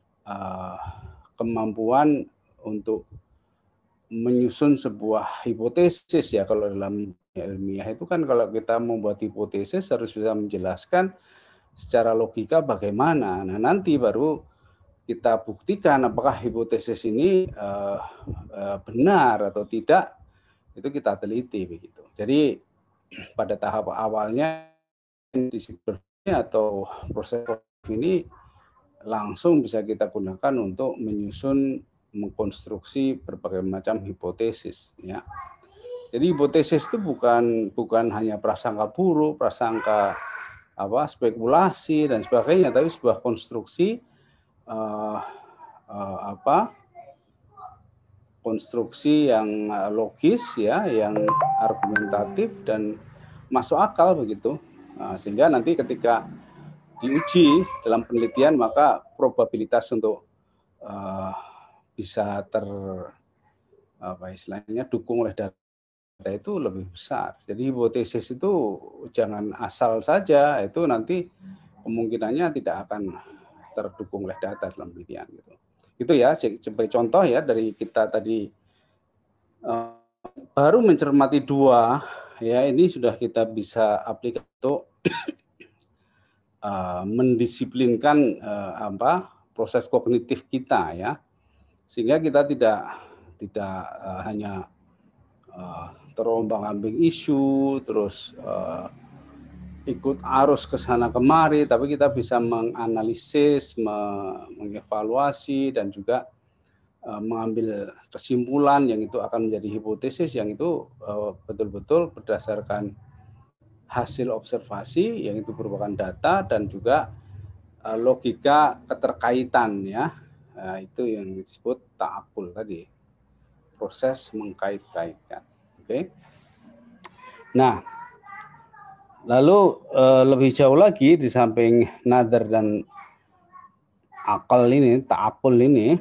kemampuan untuk menyusun sebuah hipotesis ya. Kalau dalam ilmiah itu kan, kalau kita membuat hipotesis harus bisa menjelaskan secara logika bagaimana. Nah, nanti baru kita buktikan apakah hipotesis ini benar atau tidak, itu kita teliti begitu. Jadi pada tahap awalnya disiplinnya atau proses ini langsung bisa kita gunakan untuk menyusun, mengkonstruksi berbagai macam hipotesis ya. Jadi hipotesis itu bukan hanya prasangka buruk, prasangka spekulasi dan sebagainya, tapi sebuah konstruksi konstruksi yang logis ya, yang argumentatif dan masuk akal begitu. Sehingga nanti ketika diuji dalam penelitian, maka probabilitas untuk bisa dukung oleh data itu lebih besar. Jadi hipotesis itu jangan asal saja, itu nanti kemungkinannya tidak akan terdukung oleh data dalam penelitian gitu. Itu ya sebagai contoh ya, dari kita tadi baru mencermati dua ya, ini sudah kita bisa aplikasi untuk mendisiplinkan proses kognitif kita ya, sehingga kita tidak hanya terombang-ambing isu, terus ikut arus ke sana kemari, tapi kita bisa menganalisis, mengevaluasi, dan juga mengambil kesimpulan yang itu akan menjadi hipotesis yang itu betul-betul berdasarkan hasil observasi yang itu merupakan data dan juga logika keterkaitan ya. Itu yang disebut ta'akul tadi, proses mengkait-kaitkan. Oke. Nah, lalu lebih jauh lagi di samping nadar dan akal ini, ta'akul ini,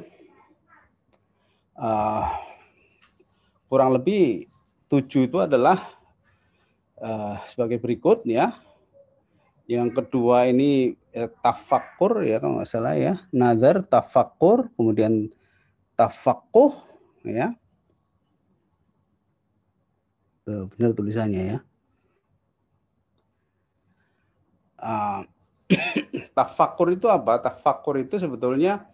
kurang lebih 7 itu adalah sebagai berikut ya. Yang kedua ini tafakkur ya kalau nggak salah ya, nazar, tafakkur, kemudian tafakuh ya, benar tulisannya ya. Tafakkur itu apa? Tafakkur itu sebetulnya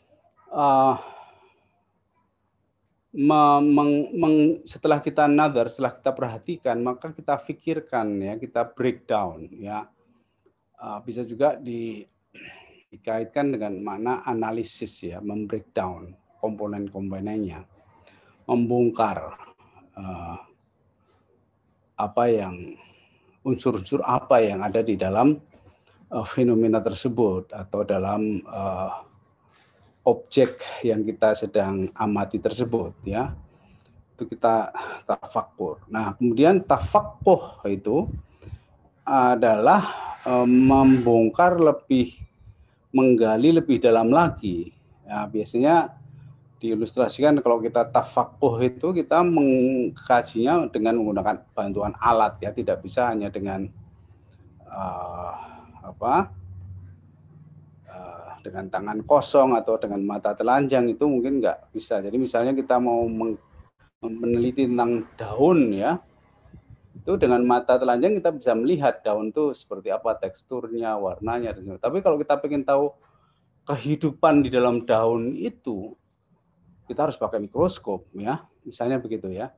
setelah kita nazar, setelah kita perhatikan, maka kita pikirkan ya, kita breakdown ya. Bisa juga dikaitkan dengan makna analisis ya, membreakdown komponen-komponennya, membongkar apa yang unsur-unsur apa yang ada di dalam fenomena tersebut atau dalam objek yang kita sedang amati tersebut ya. Itu kita tafakkur. Nah, kemudian tafakuh itu adalah membongkar lebih, menggali lebih dalam lagi. Ya, biasanya diilustrasikan kalau kita tafakuh itu kita mengkajinya dengan menggunakan bantuan alat ya, tidak bisa hanya dengan dengan tangan kosong atau dengan mata telanjang, itu mungkin nggak bisa. Jadi misalnya kita mau meneliti tentang daun ya, itu dengan mata telanjang kita bisa melihat daun itu seperti apa teksturnya, warnanya. Tapi kalau kita ingin tahu kehidupan di daun itu, kita harus pakai mikroskop ya, misalnya begitu ya.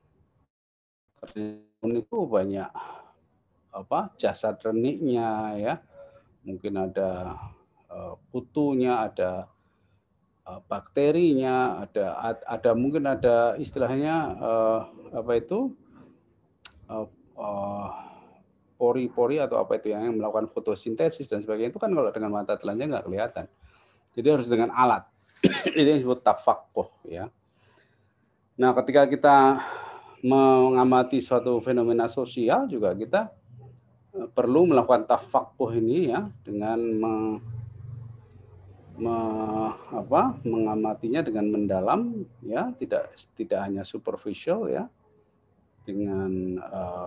Daun itu banyak jasad reniknya ya, mungkin ada kutunya, ada bakterinya, ada mungkin ada istilahnya pori-pori atau apa itu yang melakukan fotosintesis dan sebagainya, itu kan kalau dengan mata telanjang nggak kelihatan. Jadi harus dengan alat. Itu yang disebut tafakuh ya. Nah, ketika kita mengamati suatu fenomena sosial juga kita perlu melakukan tafakuh ini ya, dengan mengamatinya dengan mendalam ya, tidak hanya superficial ya, dengan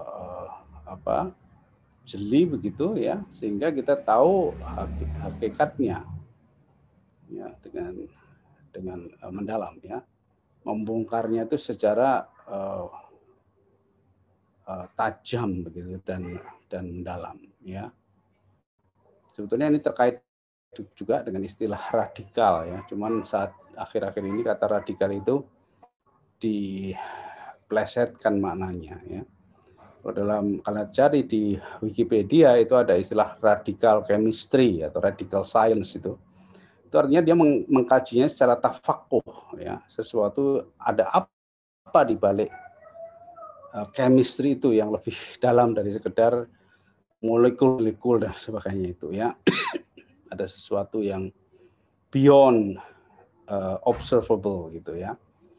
jeli begitu ya, sehingga kita tahu hakikatnya ya, dengan mendalam ya, membongkarnya itu secara tajam begitu dan mendalam ya. Sebetulnya ini terkait juga dengan istilah radikal ya, cuman saat akhir-akhir ini kata radikal itu diplesetkan maknanya ya. Kalau cari di Wikipedia itu ada istilah radical chemistry atau radical science itu artinya dia mengkajinya secara tafakuh ya, sesuatu ada apa di balik chemistry itu yang lebih dalam dari sekedar molekul dan sebagainya itu ya. Ada sesuatu yang beyond observable gitu ya.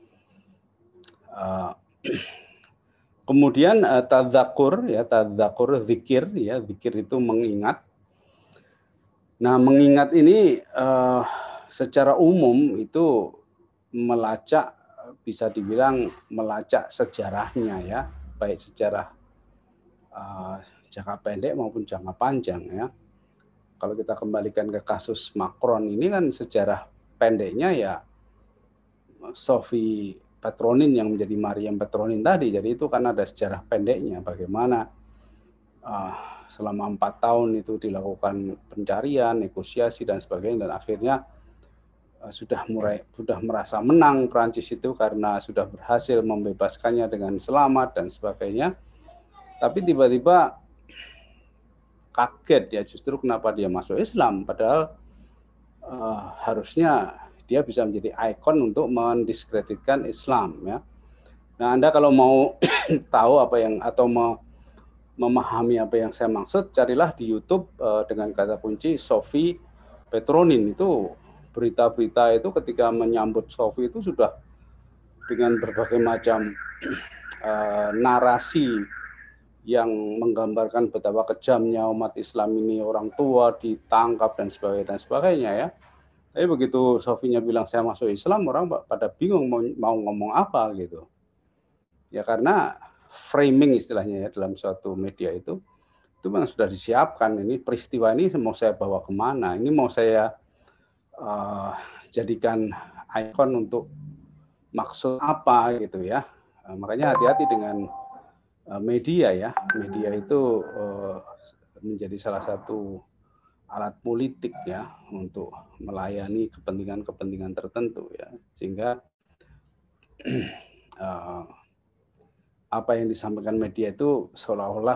Kemudian tadzakur ya, tadzakur zikir ya, zikir itu mengingat. Nah, mengingat ini secara umum itu melacak, bisa dibilang melacak sejarahnya ya, baik sejarah jangka pendek maupun jangka panjang ya. Kalau kita kembalikan ke kasus Macron ini kan sejarah pendeknya ya Sophie Petronin yang menjadi Mariam Petronin tadi. Jadi itu kan ada sejarah pendeknya bagaimana selama 4 tahun itu dilakukan pencarian, negosiasi dan sebagainya, dan akhirnya sudah merasa menang Prancis itu karena sudah berhasil membebaskannya dengan selamat dan sebagainya. Tapi tiba-tiba kaget ya justru kenapa dia masuk Islam, padahal harusnya dia bisa menjadi ikon untuk mendiskreditkan Islam ya. Nah, Anda kalau mau tahu apa yang atau memahami apa yang saya maksud, carilah di YouTube dengan kata kunci Sophie Petronin. Itu berita-berita itu ketika menyambut Sophie itu sudah dengan berbagai macam narasi yang menggambarkan betapa kejamnya umat Islam ini, orang tua ditangkap dan sebagainya ya. Tapi begitu Sofinya bilang saya masuk Islam, orang pada bingung mau ngomong apa gitu. Ya karena framing istilahnya ya dalam suatu media itu memang sudah disiapkan. Ini peristiwa ini mau saya bawa kemana? Ini mau saya jadikan ikon untuk maksud apa gitu ya. Makanya hati-hati dengan media ya. Media itu menjadi salah satu alat politik ya untuk melayani kepentingan tertentu ya, sehingga apa yang disampaikan media itu seolah-olah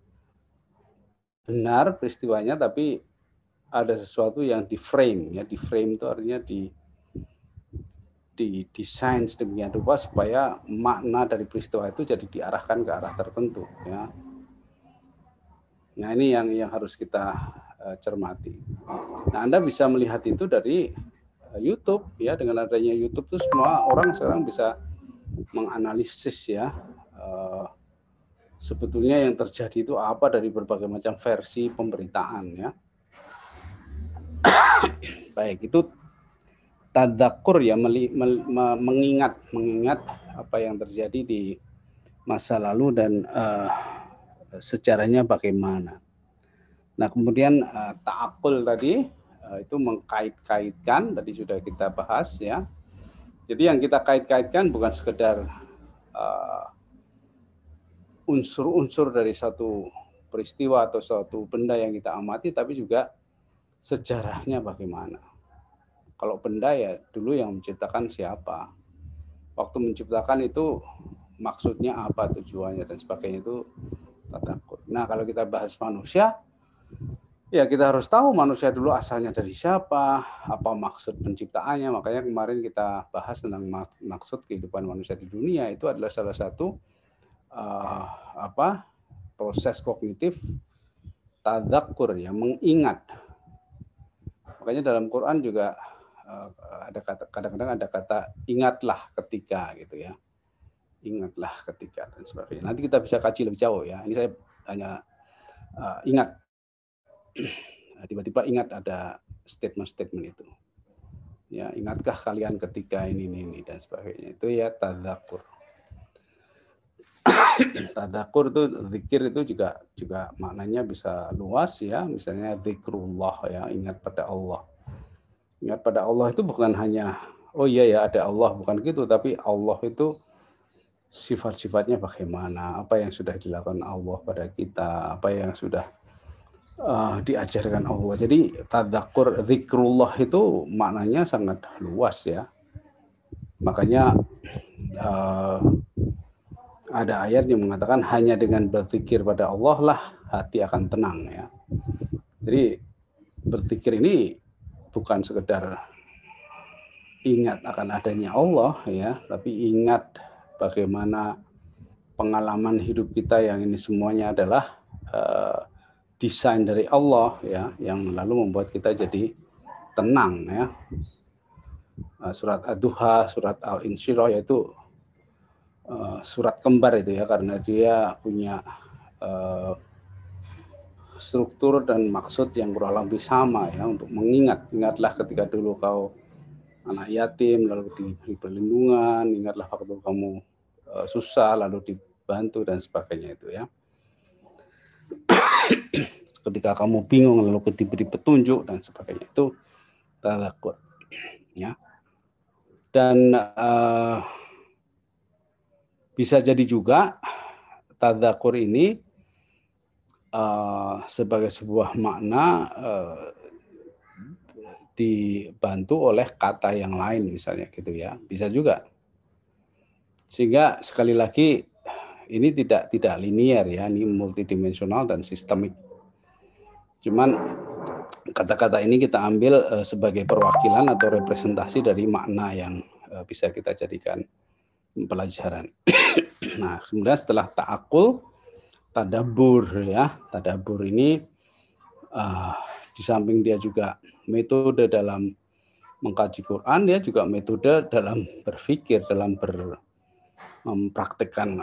benar peristiwanya, tapi ada sesuatu yang di frame ya. Di frame itu artinya didesain sedemikian rupa supaya makna dari peristiwa itu jadi diarahkan ke arah tertentu ya. Nah, ini yang harus kita cermati. Nah, Anda bisa melihat itu dari YouTube ya. Dengan adanya YouTube tuh semua orang sekarang bisa menganalisis ya sebetulnya yang terjadi itu apa dari berbagai macam versi pemberitaan ya. Baik, itu tadzakur ya, mengingat apa yang terjadi di masa lalu dan sejarahnya bagaimana. Nah, kemudian ta'akul tadi itu mengkait-kaitkan, tadi sudah kita bahas ya. Jadi yang kita kait-kaitkan bukan sekedar unsur-unsur dari satu peristiwa atau suatu benda yang kita amati, tapi juga sejarahnya bagaimana. Kalau benda ya dulu yang menciptakan siapa, waktu menciptakan itu maksudnya apa, tujuannya dan sebagainya, itu tadabbur. Nah, kalau kita bahas manusia, ya kita harus tahu manusia dulu asalnya dari siapa, apa maksud penciptaannya. Makanya kemarin kita bahas tentang maksud kehidupan manusia di dunia, itu adalah salah satu proses kognitif tadzakur ya, mengingat. Makanya dalam Quran juga ada kata, kadang-kadang ada kata ingatlah ketika gitu ya, ingatlah ketika dan sebagainya. Nanti kita bisa kaji lebih jauh ya. Ini saya hanya ingat, tiba-tiba ingat ada statement itu ya, ingatkah kalian ketika ini dan sebagainya, itu ya tadzakur. Tadzakur itu, zikir itu juga maknanya bisa luas ya. Misalnya zikrullah ya, ingat pada Allah. Ingat pada Allah itu bukan hanya oh iya ya ada Allah, bukan gitu, tapi Allah itu sifat-sifatnya bagaimana, apa yang sudah dilakukan Allah pada kita, apa yang sudah diajarkan Allah. Jadi tadzakur, zikrullah itu maknanya sangat luas ya. Makanya ada ayat yang mengatakan hanya dengan berzikir pada Allah lah hati akan tenang ya. Jadi berzikir ini bukan sekedar ingat akan adanya Allah ya, tapi ingat bagaimana pengalaman hidup kita yang ini semuanya adalah desain dari Allah ya, yang lalu membuat kita jadi tenang ya. Surat Ad-Duha, surat Al-Insyirah, yaitu surat kembar itu ya, karena dia punya struktur dan maksud yang kurang lebih sama ya, untuk mengingat. Ingatlah ketika dulu kau anak yatim lalu diberi perlindungan, ingatlah waktu kamu susah lalu dibantu dan sebagainya itu ya. Ketika kamu bingung lalu diberi petunjuk dan sebagainya, itu tadzakur ya. Dan bisa jadi juga tadzakur ini sebagai sebuah makna dibantu oleh kata yang lain misalnya gitu ya, bisa juga. Sehingga sekali lagi ini tidak linear ya, ini multidimensional dan sistemik. Cuman kata-kata ini kita ambil sebagai perwakilan atau representasi dari makna yang bisa kita jadikan pelajaran. Nah, kemudian setelah ta'akul, tadabbur ya. Tadabbur ini di samping dia juga metode dalam mengkaji Quran, dia juga metode dalam berpikir, dalam mempraktekkan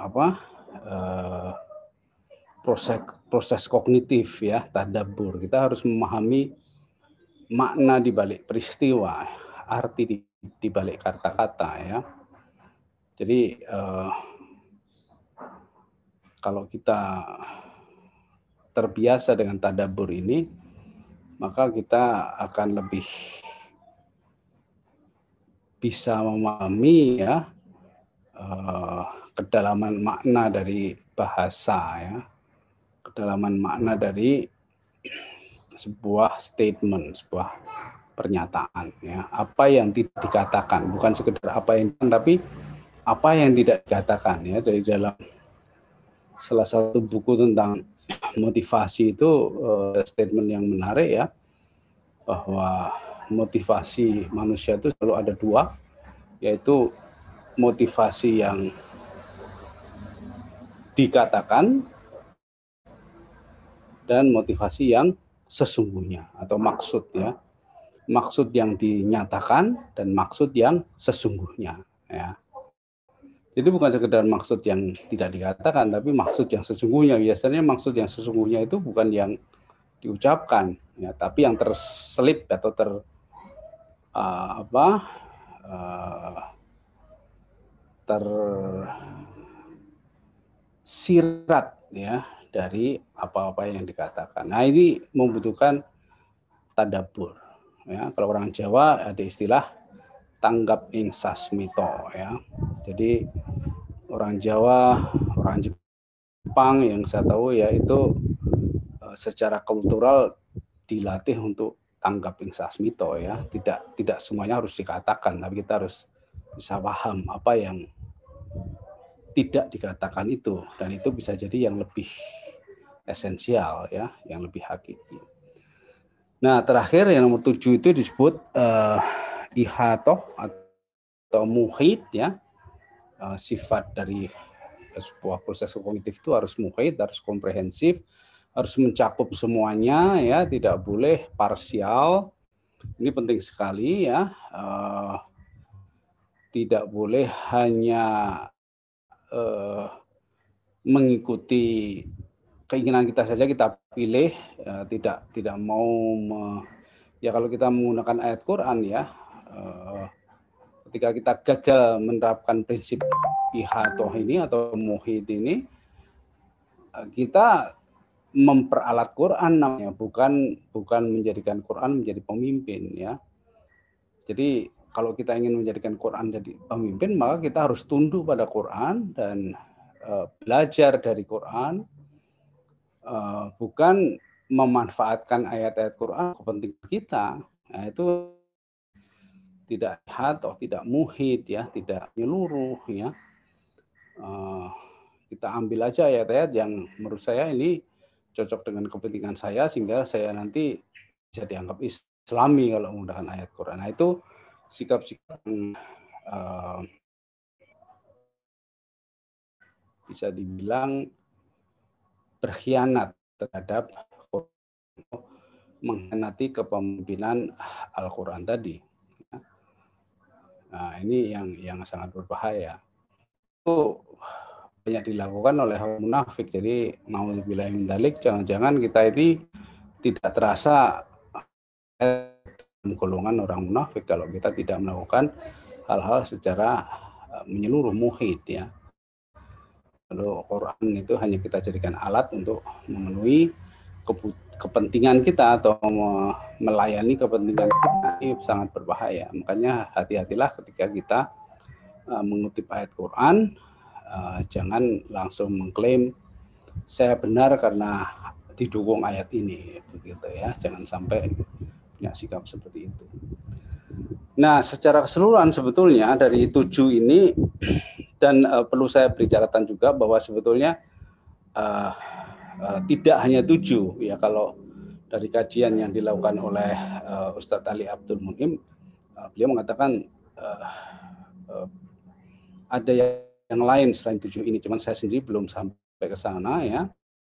proses kognitif ya, tadabbur. Kita harus memahami makna di balik peristiwa, arti di balik kata-kata ya. Jadi kalau kita terbiasa dengan tadabbur ini, maka kita akan lebih bisa memahami ya kedalaman makna dari bahasa ya, kedalaman makna dari sebuah statement, sebuah pernyataan ya, apa yang tidak dikatakan, bukan sekedar apa yang, tapi apa yang tidak dikatakan ya. Dari dalam salah satu buku tentang motivasi itu statement yang menarik ya, bahwa motivasi manusia itu selalu ada dua, yaitu motivasi yang dikatakan dan motivasi yang sesungguhnya atau maksud ya. Maksud yang dinyatakan dan maksud yang sesungguhnya ya. Jadi bukan sekedar maksud yang tidak dikatakan, tapi maksud yang sesungguhnya. Biasanya maksud yang sesungguhnya itu bukan yang diucapkan ya, tapi yang terselip atau tersirat ya dari apa-apa yang dikatakan. Nah, ini membutuhkan tadabbur ya. Kalau orang Jawa ada istilah tanggap ing sasmito ya. Jadi orang Jawa, orang Jepang yang saya tahu ya itu secara kultural dilatih untuk tanggap ing sasmito ya. Tidak semuanya harus dikatakan, tapi kita harus bisa paham apa yang tidak dikatakan itu, dan itu bisa jadi yang lebih esensial ya, yang lebih hakiki. Nah, terakhir yang nomor 7 itu disebut ihatoh atau muhit ya. Sifat dari sebuah proses kognitif itu harus muhit, harus komprehensif, harus mencakup semuanya ya, tidak boleh parsial. Ini penting sekali ya. Tidak boleh hanya mengikuti keinginan kita saja kita pilih, tidak mau ya kalau kita menggunakan ayat Quran ya, ketika kita gagal menerapkan prinsip ihatoh ini atau muhid ini, kita memperalat Quran namanya, bukan menjadikan Quran menjadi pemimpin ya. Jadi kalau kita ingin menjadikan Quran jadi pemimpin, maka kita harus tunduk pada Quran dan belajar dari Quran, bukan memanfaatkan ayat-ayat Quran kepentingan kita. Nah, itu tidak atau tidak muhid ya, tidak menyeluruh ya. Kita ambil aja ayat-ayat yang menurut saya ini cocok dengan kepentingan saya, sehingga saya nanti bisa dianggap Islami kalau menggunakan ayat Quran. Nah, itu sikap-sikap bisa dibilang berkhianat terhadap mengkhianati kepemimpinan Al-Quran tadi. Nah, ini yang sangat berbahaya. Itu banyak dilakukan oleh orang munafik. Jadi naudzubillah min dzalik, jangan-jangan kita ini tidak terasa dalam golongan orang munafik kalau kita tidak melakukan hal-hal secara menyeluruh muhid ya. Lalu Quran itu hanya kita jadikan alat untuk memenuhi kepentingan kita atau melayani kepentingan kita, ini sangat berbahaya. Makanya hati-hatilah ketika kita mengutip ayat Quran, jangan langsung mengklaim saya benar karena didukung ayat ini, begitu ya. Jangan sampai punya sikap seperti itu. Nah, secara keseluruhan sebetulnya dari 7 ini, dan perlu saya beri catatan juga bahwa sebetulnya tidak hanya 7 ya. Kalau dari kajian yang dilakukan oleh Ustadz Ali Abdul Munim, beliau mengatakan ada yang lain selain 7 ini, cuman saya sendiri belum sampai ke sana ya.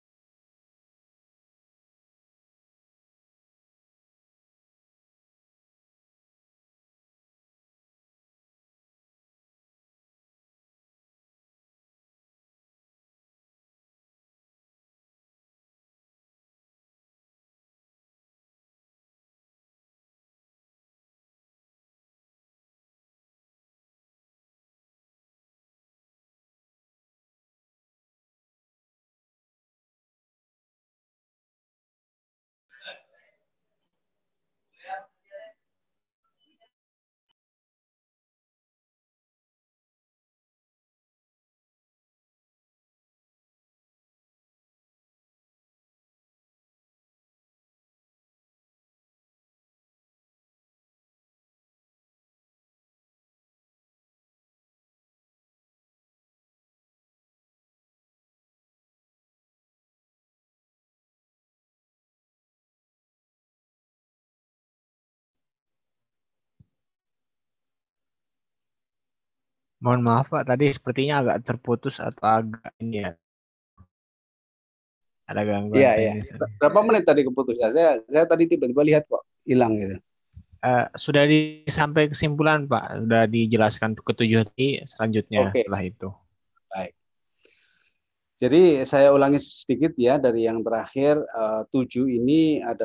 Mohon maaf Pak, tadi sepertinya agak terputus atau agak ini ya, ada Iya, gangguan iya. teknis. Berapa menit tadi keputusnya? Saya tadi tiba-tiba lihat kok hilang gitu. Sudah sampai kesimpulan Pak, sudah dijelaskan ketujuh tadi, selanjutnya Oke, setelah itu. baik. Jadi saya ulangi sedikit ya dari yang terakhir, 7 ini ada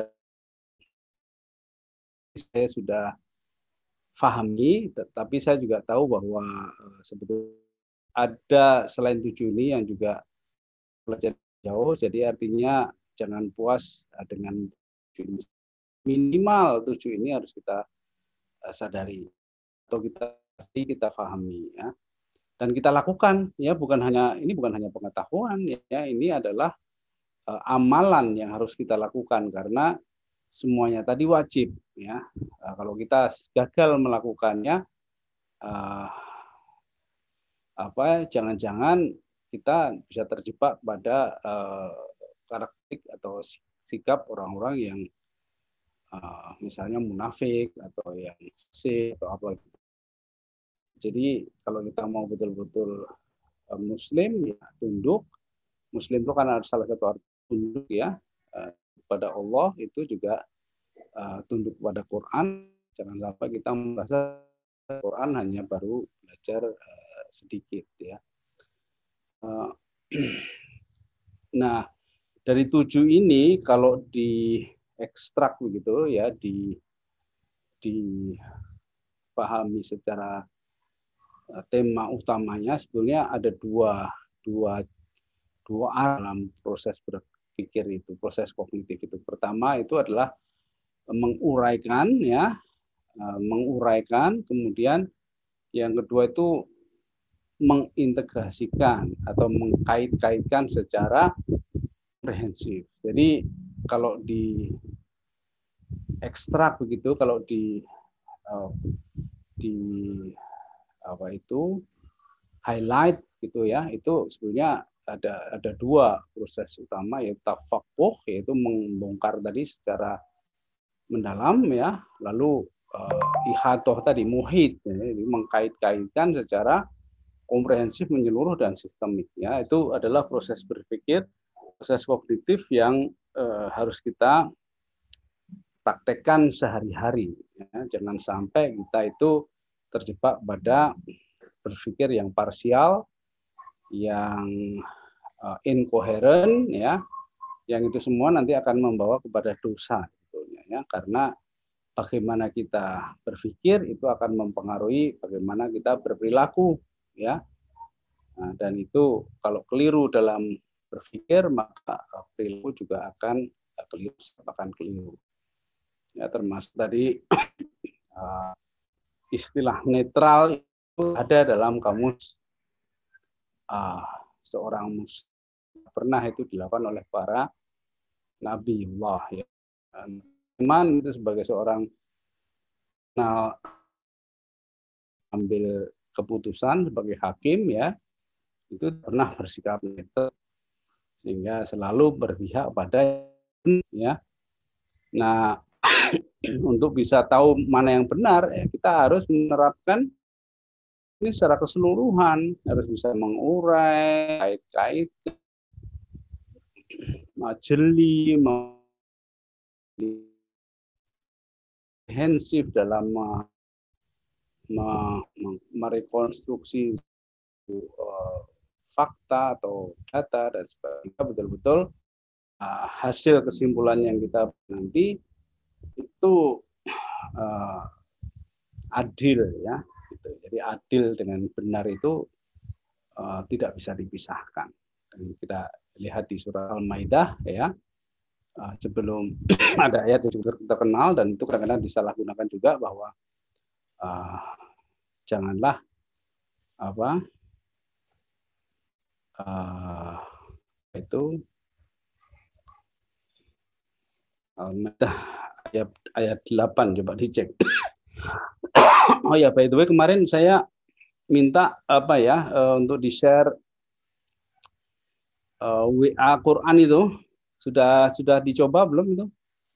saya sudah pahami, tapi saya juga tahu bahwa sebetulnya ada selain 7 ini yang juga belajar jauh, jadi artinya jangan puas dengan 7 ini. Minimal 7 ini harus kita sadari atau kita pahami ya. Dan kita lakukan ya, bukan hanya pengetahuan ya, ini adalah amalan yang harus kita lakukan karena semuanya tadi wajib ya. Kalau kita gagal melakukannya, jangan-jangan kita bisa terjebak pada karakteristik atau sikap orang-orang yang misalnya munafik atau yang fasik atau apa. Jadi kalau kita mau betul-betul Muslim ya tunduk. Muslim itu kan salah satu arti tunduk ya kepada Allah, itu juga tunduk kepada Quran. Jangan sampai kita merasa Quran hanya baru belajar sedikit ya. Nah, dari 7 ini kalau diekstrak begitu ya, dipahami secara tema utamanya, sebetulnya ada dua dalam proses berpikir itu, proses kognitif itu. Pertama itu adalah menguraikan ya, menguraikan, kemudian yang kedua itu mengintegrasikan atau mengkait-kaitkan secara komprehensif. Jadi kalau di ekstrak begitu, kalau di apa itu highlight gitu ya, itu sebenarnya ada dua proses utama, yaitu tafakuh, yaitu membongkar tadi secara mendalam ya, lalu ihatoh tadi muhit, ya, mengkait-kaitkan secara komprehensif, menyeluruh dan sistemik ya. Itu adalah proses berpikir, proses kognitif yang harus kita praktekkan sehari-hari ya. Jangan sampai kita itu terjebak pada berpikir yang parsial, yang inkoheren ya, yang itu semua nanti akan membawa kepada dosa sebetulnya ya, karena bagaimana kita berpikir itu akan mempengaruhi bagaimana kita berperilaku ya. Nah, dan itu kalau keliru dalam berpikir maka perilaku juga akan keliru ya, termasuk tadi istilah netral itu ada dalam kamus seorang muslim, pernah itu dilakukan oleh para nabiullah ya. Iman itu sebagai seorang ambil keputusan sebagai hakim ya, itu pernah bersikap netral sehingga selalu berpihak pada ya. Nah, untuk bisa tahu mana yang benar, ya kita harus menerapkan ini secara keseluruhan, harus bisa mengurai, kait-kait, jeli, komprehensif dalam merekonstruksi fakta atau data dan sebagainya, betul-betul hasil kesimpulan yang kita nanti itu adil ya. Jadi adil dengan benar itu tidak bisa dipisahkan. Dan kita lihat di surah Al-Maidah ya, sebelum ada ayat yang juga terkenal dan itu kadang-kadang disalahgunakan juga bahwa janganlah itu Al-Maidah ayat 8, coba dicek. Oh ya, by the way kemarin saya minta untuk di-share WA Quran itu sudah dicoba belum itu?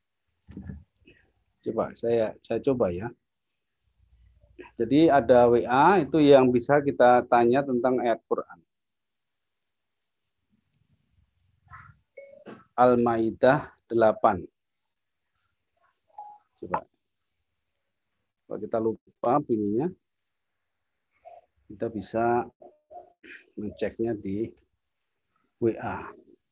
Coba saya coba ya. Jadi ada WA itu yang bisa kita tanya tentang ayat Quran. Al-Maidah 8. Coba. Kalau kita lupa bunyinya, kita bisa ngeceknya di WA.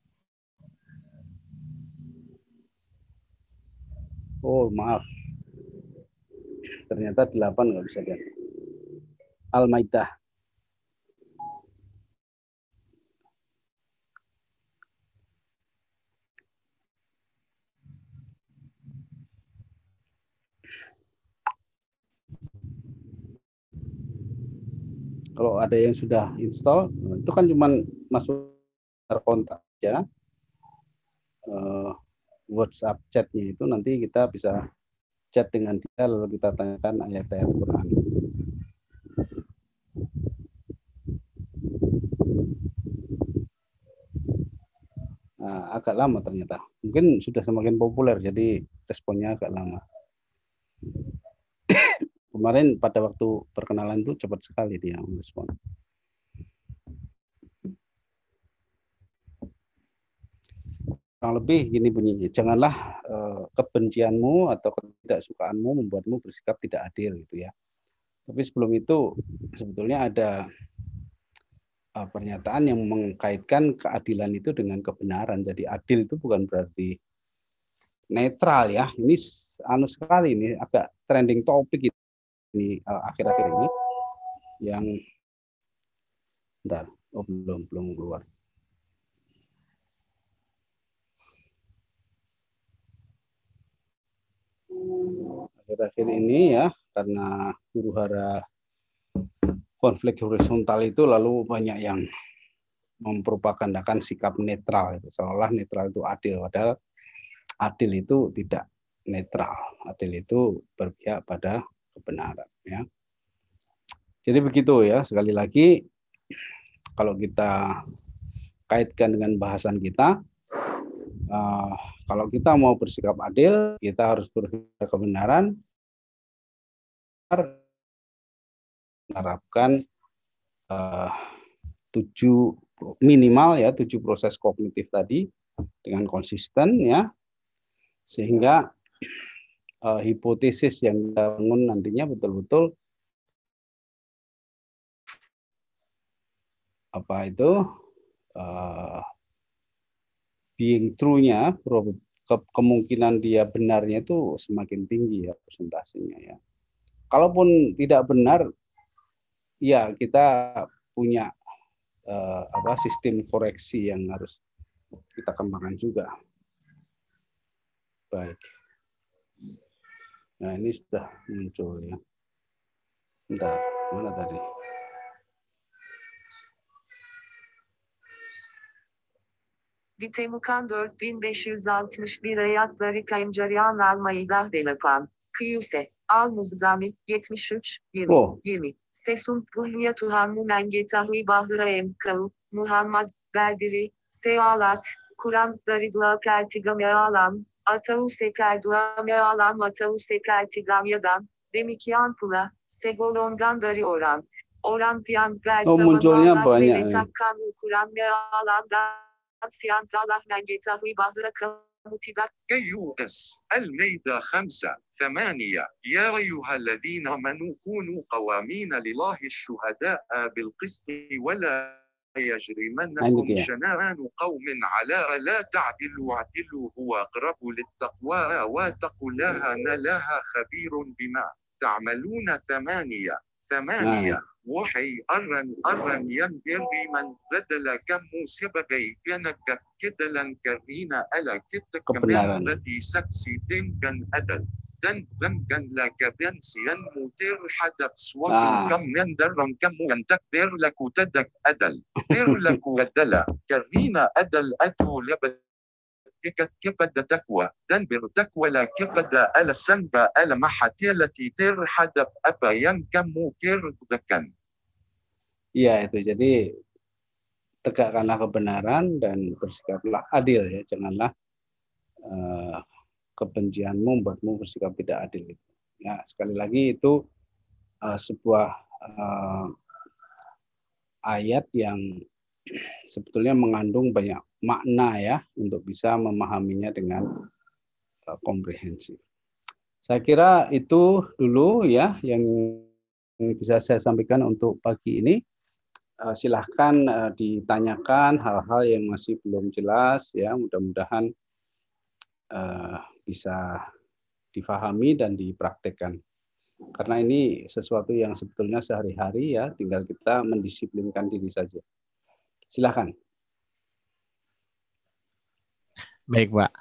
Oh, maaf. Ternyata 8 nggak bisa lihat. Al-Maidah. Kalau ada yang sudah install, itu kan cuma masuk kontak ya. WhatsApp chatnya itu nanti kita bisa chat dengan dia lalu kita tanyakan ayat-ayat Quran. Nah, agak lama ternyata. Mungkin sudah semakin populer jadi responnya agak lama. Kemarin pada waktu perkenalan itu cepat sekali dia merespon. Kurang lebih gini bunyinya, janganlah kebencianmu atau ketidaksukaanmu membuatmu bersikap tidak adil gitu ya. Tapi sebelum itu sebetulnya ada pernyataan yang mengkaitkan keadilan itu dengan kebenaran. Jadi adil itu bukan berarti netral ya. Ini sekali ini agak trending topik ini akhir-akhir ini yang belum keluar. Akhir-akhir ini ya, karena huru-hara konflik horizontal itu lalu banyak yang mempropagandakan sikap netral itu, seolah netral itu adil, padahal adil itu tidak netral. Adil itu berpihak pada kebenaran ya. Jadi begitu ya, sekali lagi kalau kita kaitkan dengan bahasan kita, kalau kita mau bersikap adil, kita harus berpihak kebenaran, menerapkan 7 proses kognitif tadi dengan konsisten ya, sehingga hipotesis yang kita bangun nantinya betul-betul being true-nya, kemungkinan dia benarnya itu semakin tinggi ya persentasenya ya. Kalaupun tidak benar, ya kita punya sistem koreksi yang harus kita kembangkan juga. Baik. Nah ini sudah muncul ya. Bentar, mana tadi? Ditemukan 4561 ayatları Kayıncaryan Al-Maidah Delapan. Kıyuse. Al-Muzzamil 73 20 Sesum Gulyatuhan Mengetahui Bahra Emkau Muhammed Berdiri Sealat Kur'an Daribla Pertigam Alam Atauseperduam alan Atausepertigamyadan, demikian pula, segolongan dari orang. Orang yang Munculnya bersama banyak. meletakkan ukuran alan dan siangkalah mengetahui bahwa kemutidak. كيوس الميدة 5-8 يا أيها الذين آمنوا كونوا قوامين لله الشهداء بالقسط ولا يجرمنكم شنآن قوم على ألا تعدلوا اعدلوا هو أقرب للتقوى واتقوا الله إن الله خبير بما تعملون 8 وحي أرن ينبري من بدل كم سبقي كنك كدلا كرينا ألا كتك من بدي سكسي دنكن أدل dan laka bensian mutir hadap suatu kam nendaran kamu takbir laku tadak adal laku adala karina adal atu lebat kepada takwa dan bertakwa lah kepada alasan ala mahatilati terhadap apa yang kamu kerjakan. Iya itu, jadi tegakkanlah kebenaran dan bersikaplah adil ya, janganlah kebencianmu membuatmu bersikap tidak adil. Ya, sekali lagi itu sebuah ayat yang sebetulnya mengandung banyak makna ya untuk bisa memahaminya dengan komprehensif. Saya kira itu dulu ya yang bisa saya sampaikan untuk pagi ini. Silahkan ditanyakan hal-hal yang masih belum jelas ya, mudah-mudahan bisa difahami dan dipraktekkan. Karena ini sesuatu yang sebetulnya sehari-hari ya, tinggal kita mendisiplinkan diri saja. Silakan. Baik, Pak.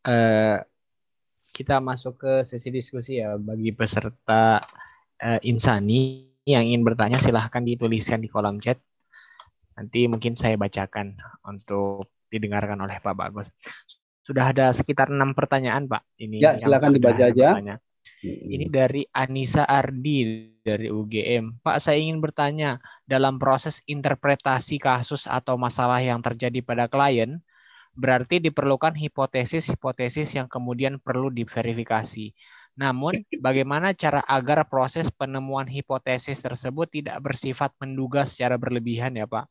Kita masuk ke sesi diskusi ya. Bagi peserta insani yang ingin bertanya, silahkan dituliskan di kolom chat. Nanti mungkin saya bacakan untuk didengarkan oleh Pak Bagus. Sudah ada sekitar 6 pertanyaan, Pak. Ini ya, silakan dibaca aja. Ini dari Anissa Ardi dari UGM. Pak, saya ingin bertanya, dalam proses interpretasi kasus atau masalah yang terjadi pada klien, berarti diperlukan hipotesis-hipotesis yang kemudian perlu diverifikasi. Namun, bagaimana cara agar proses penemuan hipotesis tersebut tidak bersifat menduga secara berlebihan ya, Pak?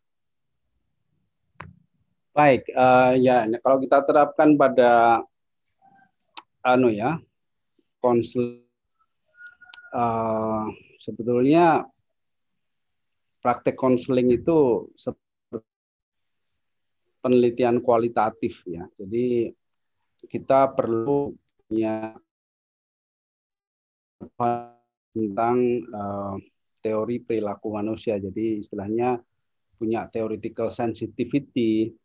Baik, ya kalau kita terapkan pada konseling, sebetulnya praktek konseling itu penelitian kualitatif ya. Jadi kita perlu punya tentang teori perilaku manusia. Jadi istilahnya punya theoretical sensitivity.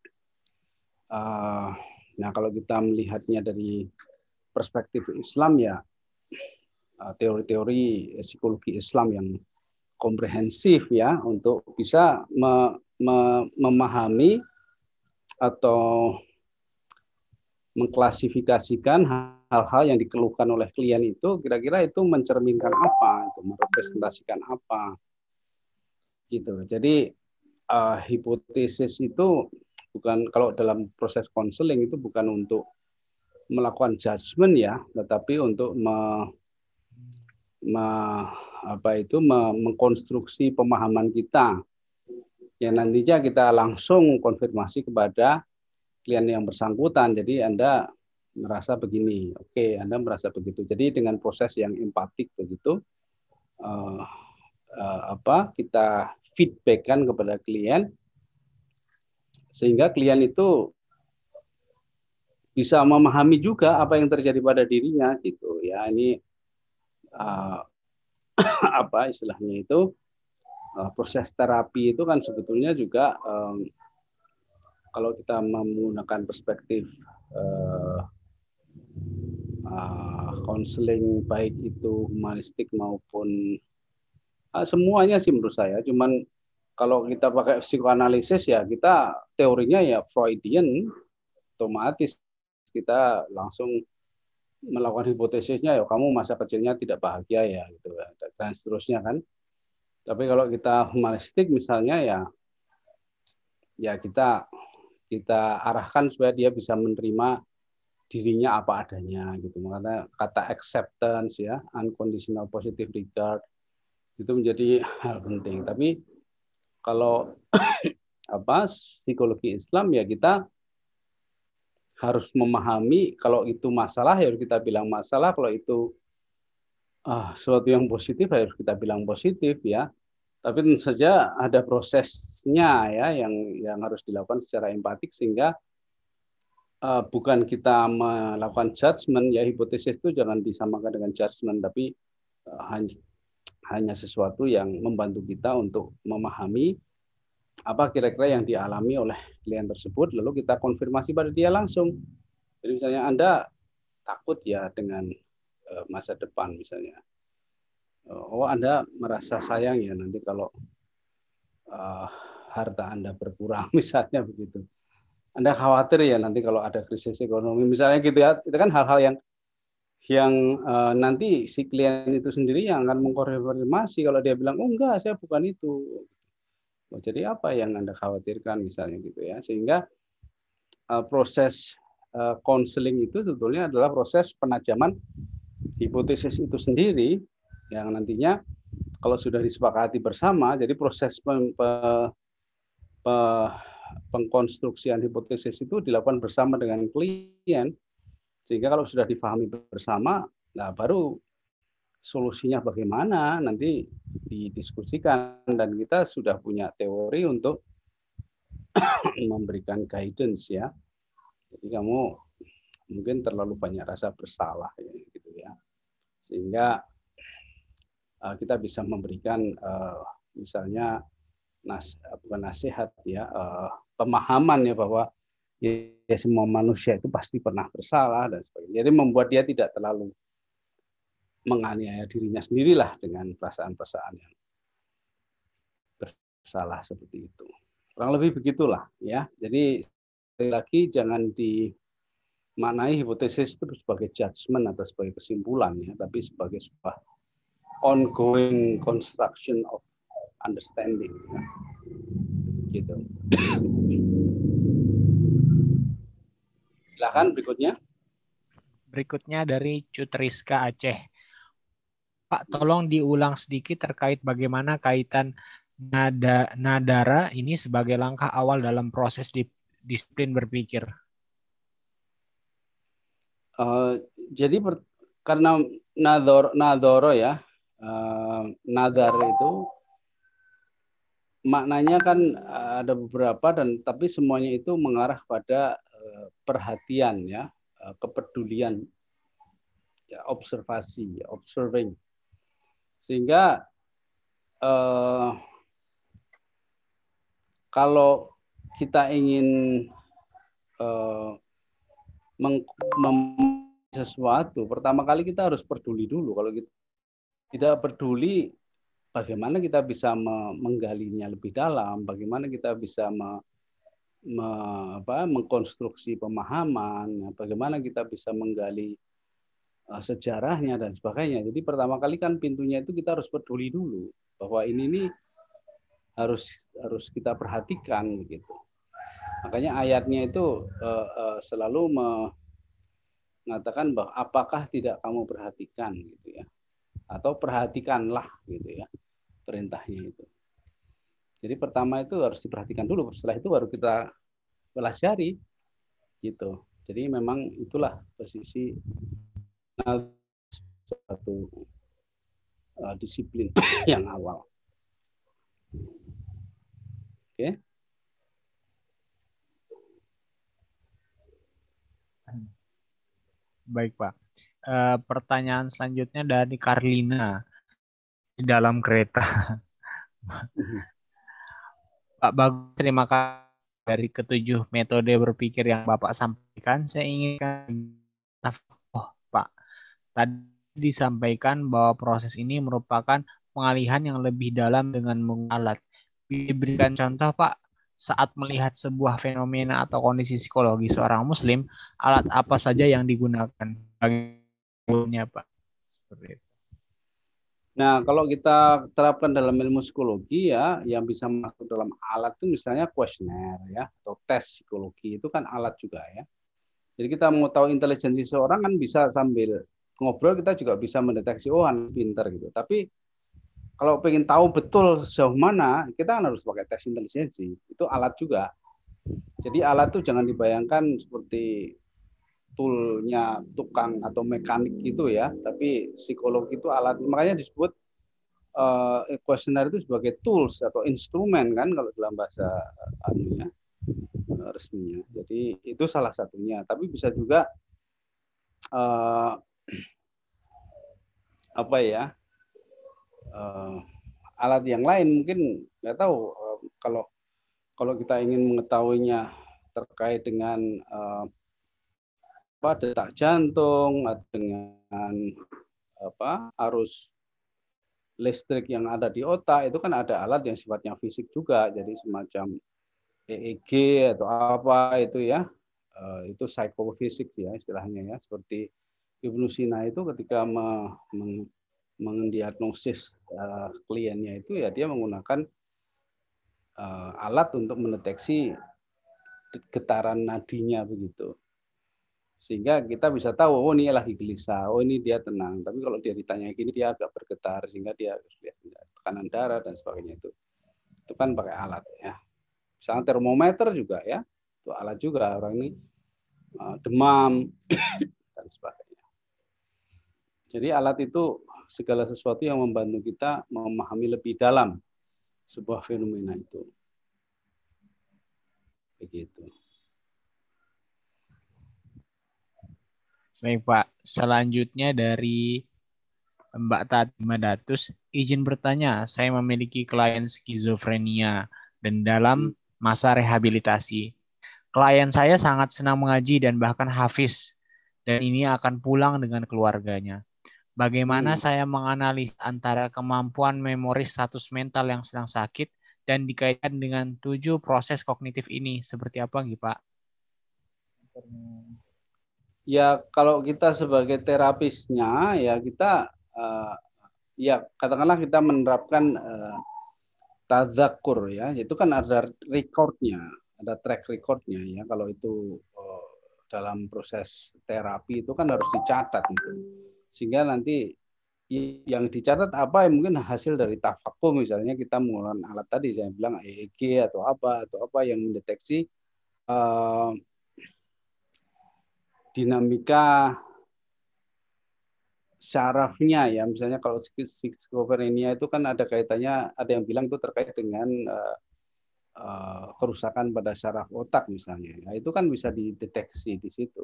Nah, kalau kita melihatnya dari perspektif Islam ya, teori-teori psikologi Islam yang komprehensif ya, untuk bisa memahami atau mengklasifikasikan hal-hal yang dikeluhkan oleh klien itu, kira-kira itu mencerminkan apa, itu merepresentasikan apa, gitu. Jadi hipotesis itu bukan, kalau dalam proses konseling itu bukan untuk melakukan judgement ya, tetapi untuk mengkonstruksi pemahaman kita. Ya nantinya kita langsung konfirmasi kepada klien yang bersangkutan. Jadi Anda merasa begini, oke, Anda merasa begitu. Jadi dengan proses yang empatik begitu, kita feedbackkan kepada klien, sehingga klien itu bisa memahami juga apa yang terjadi pada dirinya gitu ya. Ini istilahnya itu proses terapi itu kan sebetulnya juga kalau kita menggunakan perspektif konseling, baik itu humanistik maupun semuanya sih menurut saya. Cuman kalau kita pakai psikoanalisis ya kita teorinya ya Freudian, otomatis kita langsung melakukan hipotesisnya ya kamu masa kecilnya tidak bahagia ya gitu dan seterusnya kan. Tapi kalau kita humanistik misalnya ya kita arahkan supaya dia bisa menerima dirinya apa adanya gitu. Makanya kata acceptance ya, unconditional positive regard itu menjadi hal penting. Tapi kalau psikologi Islam ya kita harus memahami kalau itu masalah ya harus kita bilang masalah, kalau itu sesuatu yang positif harus kita bilang positif ya. Tapi tentu saja ada prosesnya ya yang harus dilakukan secara empatik sehingga bukan kita melakukan judgement ya, hipotesis itu jangan disamakan dengan judgement, tapi hanya sesuatu yang membantu kita untuk memahami apa kira-kira yang dialami oleh klien tersebut, lalu kita konfirmasi pada dia langsung. Jadi misalnya Anda takut ya dengan masa depan misalnya, Anda merasa sayang ya nanti kalau harta Anda berkurang misalnya begitu. Anda khawatir ya nanti kalau ada krisis ekonomi misalnya gitu ya. Itu kan hal-hal yang nanti si klien itu sendiri yang akan mengkonfirmasi. Kalau dia bilang, oh enggak, saya bukan itu. Jadi apa yang Anda khawatirkan misalnya gitu ya. Sehingga proses konseling itu sebetulnya adalah proses penajaman hipotesis itu sendiri yang nantinya kalau sudah disepakati bersama, jadi proses pengkonstruksian hipotesis itu dilakukan bersama dengan klien, sehingga kalau sudah difahami bersama, nah baru solusinya bagaimana nanti didiskusikan dan kita sudah punya teori untuk memberikan guidance ya. Jadi kamu mungkin terlalu banyak rasa bersalah ya, gitu ya, sehingga kita bisa memberikan misalnya bukan nasihat ya, pemahaman ya bahwa ya semua manusia itu pasti pernah bersalah dan sebagainya. Jadi membuat dia tidak terlalu menganiaya dirinya sendirilah dengan perasaan-perasaan yang bersalah seperti itu. Kurang lebih begitulah ya. Jadi sekali lagi jangan dimaknai hipotesis itu sebagai judgement atau sebagai kesimpulan ya, tapi sebagai sebuah ongoing construction of understanding ya. Gitu. Silakan berikutnya. Berikutnya dari Cutriska Aceh. Pak, tolong diulang sedikit terkait bagaimana kaitan nadara ini sebagai langkah awal dalam proses disiplin berpikir. Jadi karena nadoro ya, nadar itu maknanya kan ada beberapa tapi semuanya itu mengarah pada perhatian ya, kepedulian, ya, observasi, observing. Sehingga kalau kita ingin sesuatu, pertama kali kita harus peduli dulu. Kalau kita tidak peduli, bagaimana kita bisa menggalinya lebih dalam, bagaimana kita bisa mengkonstruksi pemahaman, bagaimana kita bisa menggali sejarahnya dan sebagainya. Jadi pertama kali kan pintunya itu kita harus peduli dulu bahwa ini harus kita perhatikan gitu. Makanya ayatnya itu selalu mengatakan bahwa apakah tidak kamu perhatikan gitu ya, atau perhatikanlah gitu ya perintahnya itu. Jadi pertama itu harus diperhatikan dulu, setelah itu baru kita pelajari gitu. Jadi memang itulah posisi suatu disiplin yang awal. Oke. Baik, Pak. Pertanyaan selanjutnya dari Karlina di dalam kereta. Pak Bagus, terima kasih dari ketujuh metode berpikir yang Bapak sampaikan. Saya inginkan Pak, tadi disampaikan bahwa proses ini merupakan pengalihan yang lebih dalam dengan menggunakan alat. Diberikan contoh, Pak, saat melihat sebuah fenomena atau kondisi psikologi seorang Muslim, alat apa saja yang digunakan baginya, Pak? Seperti itu. Nah, kalau kita terapkan dalam ilmu psikologi ya, yang bisa masuk dalam alat itu misalnya kuesioner ya, atau tes psikologi itu kan alat juga ya. Jadi kita mau tahu intelijensi seorang kan bisa sambil ngobrol kita juga bisa mendeteksi oh anak pintar gitu. Tapi kalau pengen tahu betul sejauh mana, kita kan harus pakai tes intelijensi. Itu alat juga. Jadi alat itu jangan dibayangkan seperti toolnya tukang atau mekanik gitu ya. Tapi psikolog itu alat. Makanya disebut kuesioner itu sebagai tools atau instrumen kan kalau dalam bahasa anunya resminya. Jadi itu salah satunya. Tapi bisa juga apa ya? Alat yang lain mungkin nggak tahu kalau kita ingin mengetahuinya terkait dengan detak jantung atau dengan arus listrik yang ada di otak itu kan ada alat yang sifatnya fisik juga, jadi semacam EEG atau apa itu ya, itu psikofisik ya istilahnya ya, seperti Ibnu Sina itu ketika mendiagnosis kliennya itu ya dia menggunakan alat untuk mendeteksi getaran nadinya begitu. Sehingga kita bisa tahu, oh ini lagi gelisah, oh ini dia tenang. Tapi kalau dia ditanya gini, dia agak bergetar, sehingga dia lihat tekanan darah dan sebagainya itu. Itu kan pakai alat ya. Misalnya termometer juga ya, itu alat juga. Orang ini demam dan sebagainya. Jadi alat itu segala sesuatu yang membantu kita memahami lebih dalam sebuah fenomena itu. Begitu. Baik Pak, selanjutnya dari Mbak Tati Madatus, izin bertanya, saya memiliki klien skizofrenia dan dalam masa rehabilitasi. Klien saya sangat senang mengaji dan bahkan hafiz, dan ini akan pulang dengan keluarganya. Bagaimana saya menganalisis antara kemampuan memori status mental yang sedang sakit dan dikaitkan dengan 7 proses kognitif ini? Seperti apa, Pak? Ya, kalau kita sebagai terapisnya, ya kita, ya katakanlah kita menerapkan tadzakur ya, itu kan ada recordnya, ada track recordnya ya. Kalau itu dalam proses terapi itu kan harus dicatat itu, sehingga nanti yang dicatat apa yang mungkin hasil dari tafakur, misalnya kita menggunakan alat tadi saya bilang EEG atau apa yang mendeteksi dinamika syarafnya ya, misalnya kalau skizofrenia itu kan ada kaitannya, ada yang bilang itu terkait dengan kerusakan pada syaraf otak misalnya, nah, itu kan bisa dideteksi di situ,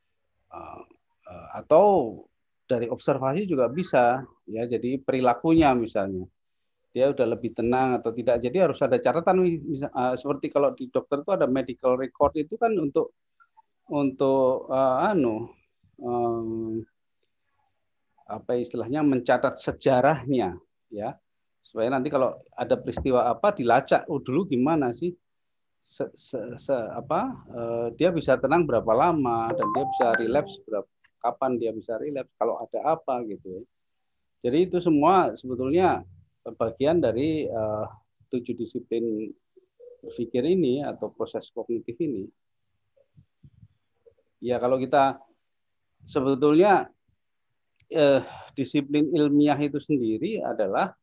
atau dari observasi juga bisa ya, jadi perilakunya misalnya dia udah lebih tenang atau tidak, jadi harus ada catatan seperti kalau di dokter itu ada medical record, itu kan untuk apa istilahnya mencatat sejarahnya ya, supaya nanti kalau ada peristiwa apa dilacak, dulu gimana sih dia bisa tenang berapa lama dan dia bisa relapse kapan dia bisa relapse kalau ada apa gitu. Jadi itu semua sebetulnya bagian dari 7 disiplin berpikir ini atau proses kognitif ini. Ya kalau kita sebetulnya disiplin ilmiah itu sendiri adalah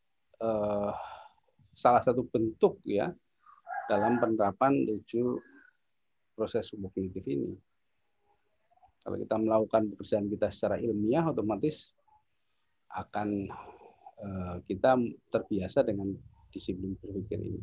salah satu bentuk ya dalam penerapan 7 proses kognitif ini. Kalau kita melakukan pekerjaan kita secara ilmiah, otomatis akan kita terbiasa dengan disiplin berpikir ini.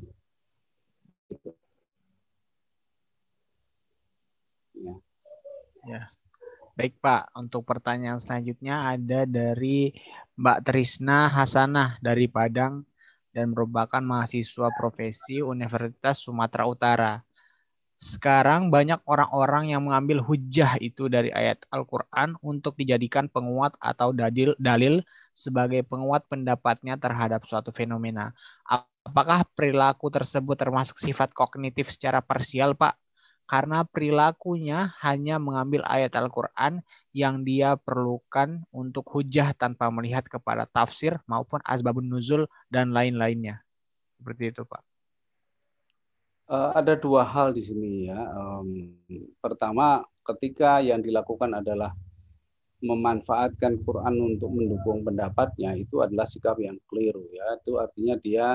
Ya. Baik Pak, untuk pertanyaan selanjutnya ada dari Mbak Trisna Hasanah dari Padang dan merupakan mahasiswa profesi Universitas Sumatera Utara. Sekarang banyak orang-orang yang mengambil hujah itu dari ayat Al-Quran untuk dijadikan penguat atau dalil sebagai penguat pendapatnya terhadap suatu fenomena. Apakah perilaku tersebut termasuk sifat kognitif secara parsial, Pak? Karena perilakunya hanya mengambil ayat Al-Quran yang dia perlukan untuk hujah tanpa melihat kepada tafsir maupun asbabun nuzul dan lain-lainnya. Seperti itu, Pak. Ada 2 hal di sini ya. Pertama, ketika yang dilakukan adalah memanfaatkan Quran untuk mendukung pendapatnya, itu adalah sikap yang keliru ya. Itu artinya dia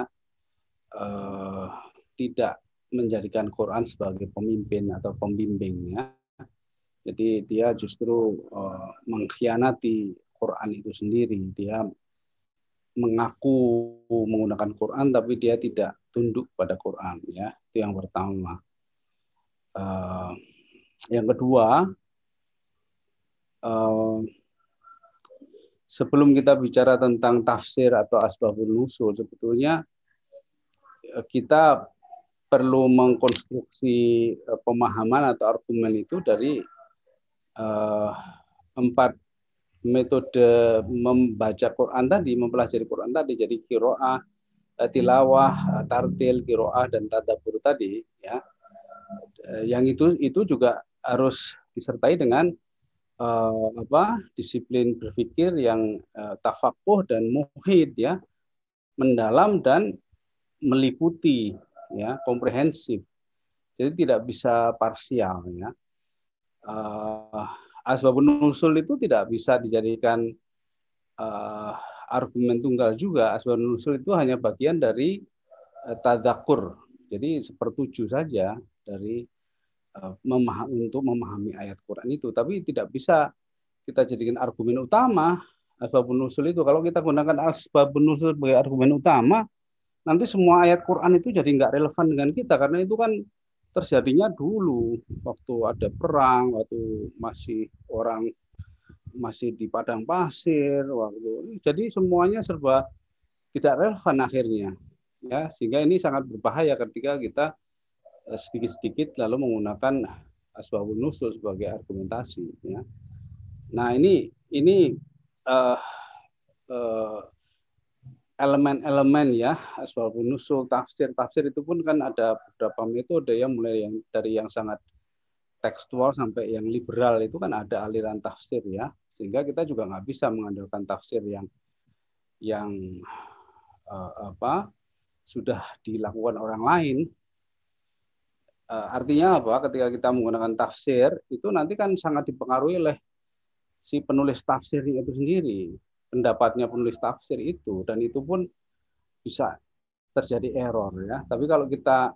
tidak menjadikan Quran sebagai pemimpin atau pembimbingnya. Jadi dia justru mengkhianati Quran itu sendiri. Dia mengaku menggunakan Quran tapi dia tidak tunduk pada Quran ya. Itu yang pertama. Yang kedua, sebelum kita bicara tentang tafsir atau asbabun nuzul, sebetulnya kita perlu mengkonstruksi pemahaman atau argumen itu dari 4 metode membaca Quran tadi, mempelajari Quran tadi. Jadi qiraah, tilawah, tartil, qiraah dan tadabbur tadi ya. Yang itu juga harus disertai dengan disiplin berpikir yang tafakuh dan muhid ya, mendalam dan meliputi ya, komprehensif. Jadi tidak bisa parsial ya. Asbabun nuzul itu tidak bisa dijadikan argumen tunggal juga. Asbabun nuzul itu hanya bagian dari tadzakur. Jadi sepertujuh saja dari untuk memahami ayat Quran itu, tapi tidak bisa kita jadikan argumen utama asbabun nuzul itu. Kalau kita gunakan asbabun nuzul sebagai argumen utama, nanti semua ayat Quran itu jadi nggak relevan dengan kita, karena itu kan terjadinya dulu waktu ada perang, waktu orang masih di padang pasir, jadi semuanya serba tidak relevan akhirnya ya, sehingga ini sangat berbahaya ketika kita sedikit-sedikit lalu menggunakan asbabun nuzul sebagai argumentasi ya. Nah, ini elemen-elemen ya, asbabun nuzul, tafsir itu pun kan ada beberapa metode yang mulai dari yang sangat tekstual sampai yang liberal, itu kan ada aliran tafsir ya, sehingga kita juga nggak bisa mengandalkan tafsir yang sudah dilakukan orang lain. Artinya apa? Ketika kita menggunakan tafsir itu nanti kan sangat dipengaruhi oleh si penulis tafsir itu sendiri, pendapatnya penulis tafsir itu, dan itu pun bisa terjadi error ya. Tapi kalau kita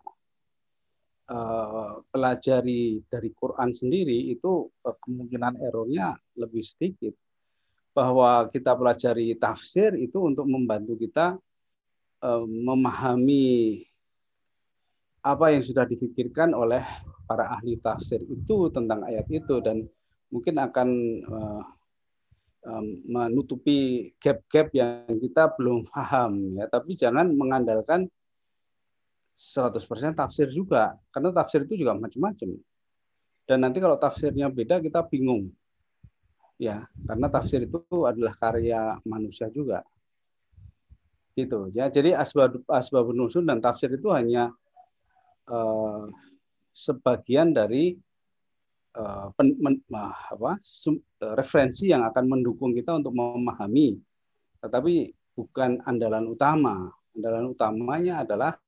pelajari dari Quran sendiri, itu kemungkinan errornya lebih sedikit. Bahwa kita pelajari tafsir itu untuk membantu kita memahami apa yang sudah dipikirkan oleh para ahli tafsir itu tentang ayat itu, dan mungkin akan menutupi gap-gap yang kita belum paham ya. Tapi jangan mengandalkan 100% tafsir juga, karena tafsir itu juga macam-macam. Dan nanti kalau tafsirnya beda kita bingung. Ya, karena tafsir itu adalah karya manusia juga. Gitu ya. Jadi asbabun nuzul dan tafsir itu hanya sebagian dari referensi yang akan mendukung kita untuk memahami, tetapi bukan andalan utama. Andalan utamanya adalah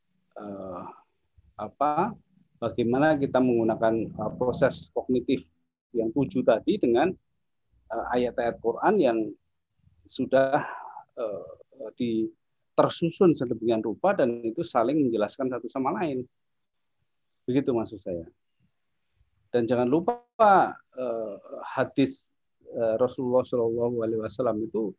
bagaimana kita menggunakan proses kognitif yang 7 tadi dengan ayat-ayat Quran yang sudah tersusun sedemikian rupa dan itu saling menjelaskan satu sama lain. Begitu maksud saya. Dan jangan lupa hadis Rasulullah SAW itu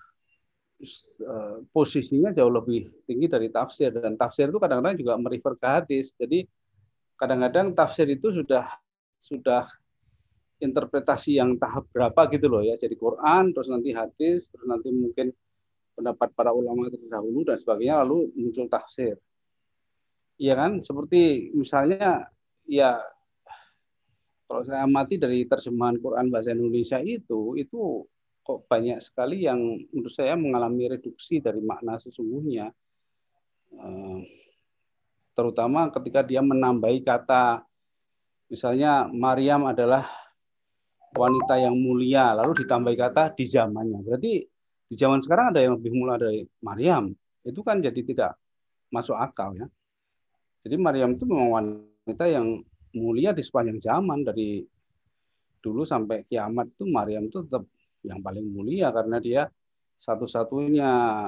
posisinya jauh lebih tinggi dari tafsir, dan tafsir itu kadang-kadang juga merefer ke hadis. Jadi kadang-kadang tafsir itu sudah interpretasi yang tahap berapa gitu loh ya. Jadi Quran, terus nanti hadis, terus nanti mungkin pendapat para ulama terdahulu dan sebagainya, lalu muncul tafsir. Iya kan? Seperti misalnya ya, kalau saya amati dari terjemahan Quran bahasa Indonesia itu kok banyak sekali yang menurut saya mengalami reduksi dari makna sesungguhnya. Terutama ketika dia menambahi kata, misalnya Maryam adalah wanita yang mulia, lalu ditambahi kata di zamannya. Berarti di zaman sekarang ada yang lebih mulia dari Maryam. Itu kan jadi tidak masuk akal ya. Jadi Maryam itu memang wanita yang mulia di sepanjang zaman, dari dulu sampai kiamat itu Maryam itu tetap yang paling mulia karena dia satu-satunya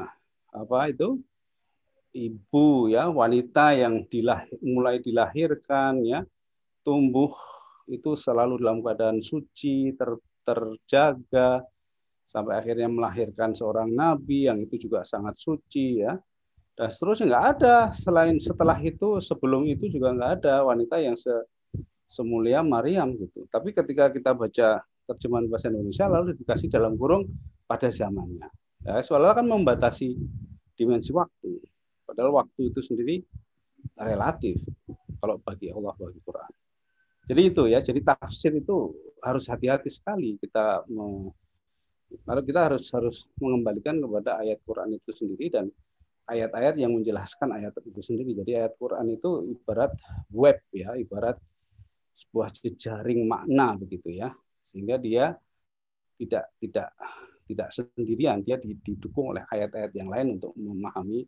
ibu ya, wanita yang mulai dilahirkan ya, tumbuh itu selalu dalam keadaan suci, terjaga sampai akhirnya melahirkan seorang nabi yang itu juga sangat suci ya. Dan seterusnya nggak ada setelah itu, sebelum itu juga nggak ada wanita yang semulia Maryam gitu. Tapi ketika kita baca terjemahan bahasa Indonesia lalu dikasih dalam kurung pada zamannya. Ya, soalnya kan membatasi dimensi waktu. Padahal waktu itu sendiri relatif kalau bagi Allah, bagi Quran. Jadi itu ya, jadi tafsir itu harus hati-hati sekali kita lalu kita harus mengembalikan kepada ayat Quran itu sendiri dan ayat-ayat yang menjelaskan ayat itu sendiri. Jadi ayat Quran itu ibarat web ya, ibarat sebuah jejaring makna begitu ya, sehingga dia tidak sendirian, dia didukung oleh ayat-ayat yang lain untuk memahami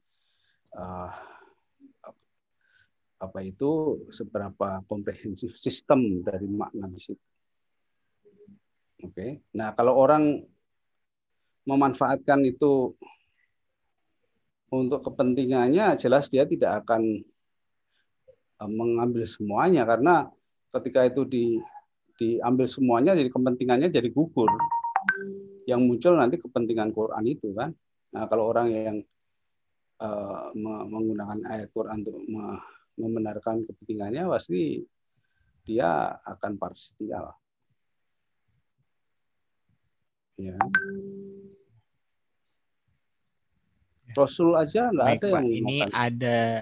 seberapa komprehensif sistem dari makna di situ. Oke. Nah, kalau orang memanfaatkan itu untuk kepentingannya, jelas dia tidak akan mengambil semuanya karena ketika itu diambil semuanya jadi kepentingannya jadi gugur. Yang muncul nanti kepentingan Quran itu kan. Nah, kalau orang yang menggunakan ayat Quran untuk membenarkan kepentingannya, pasti dia akan parsial. Ya. Rasul aja nggak ada yang ini ada.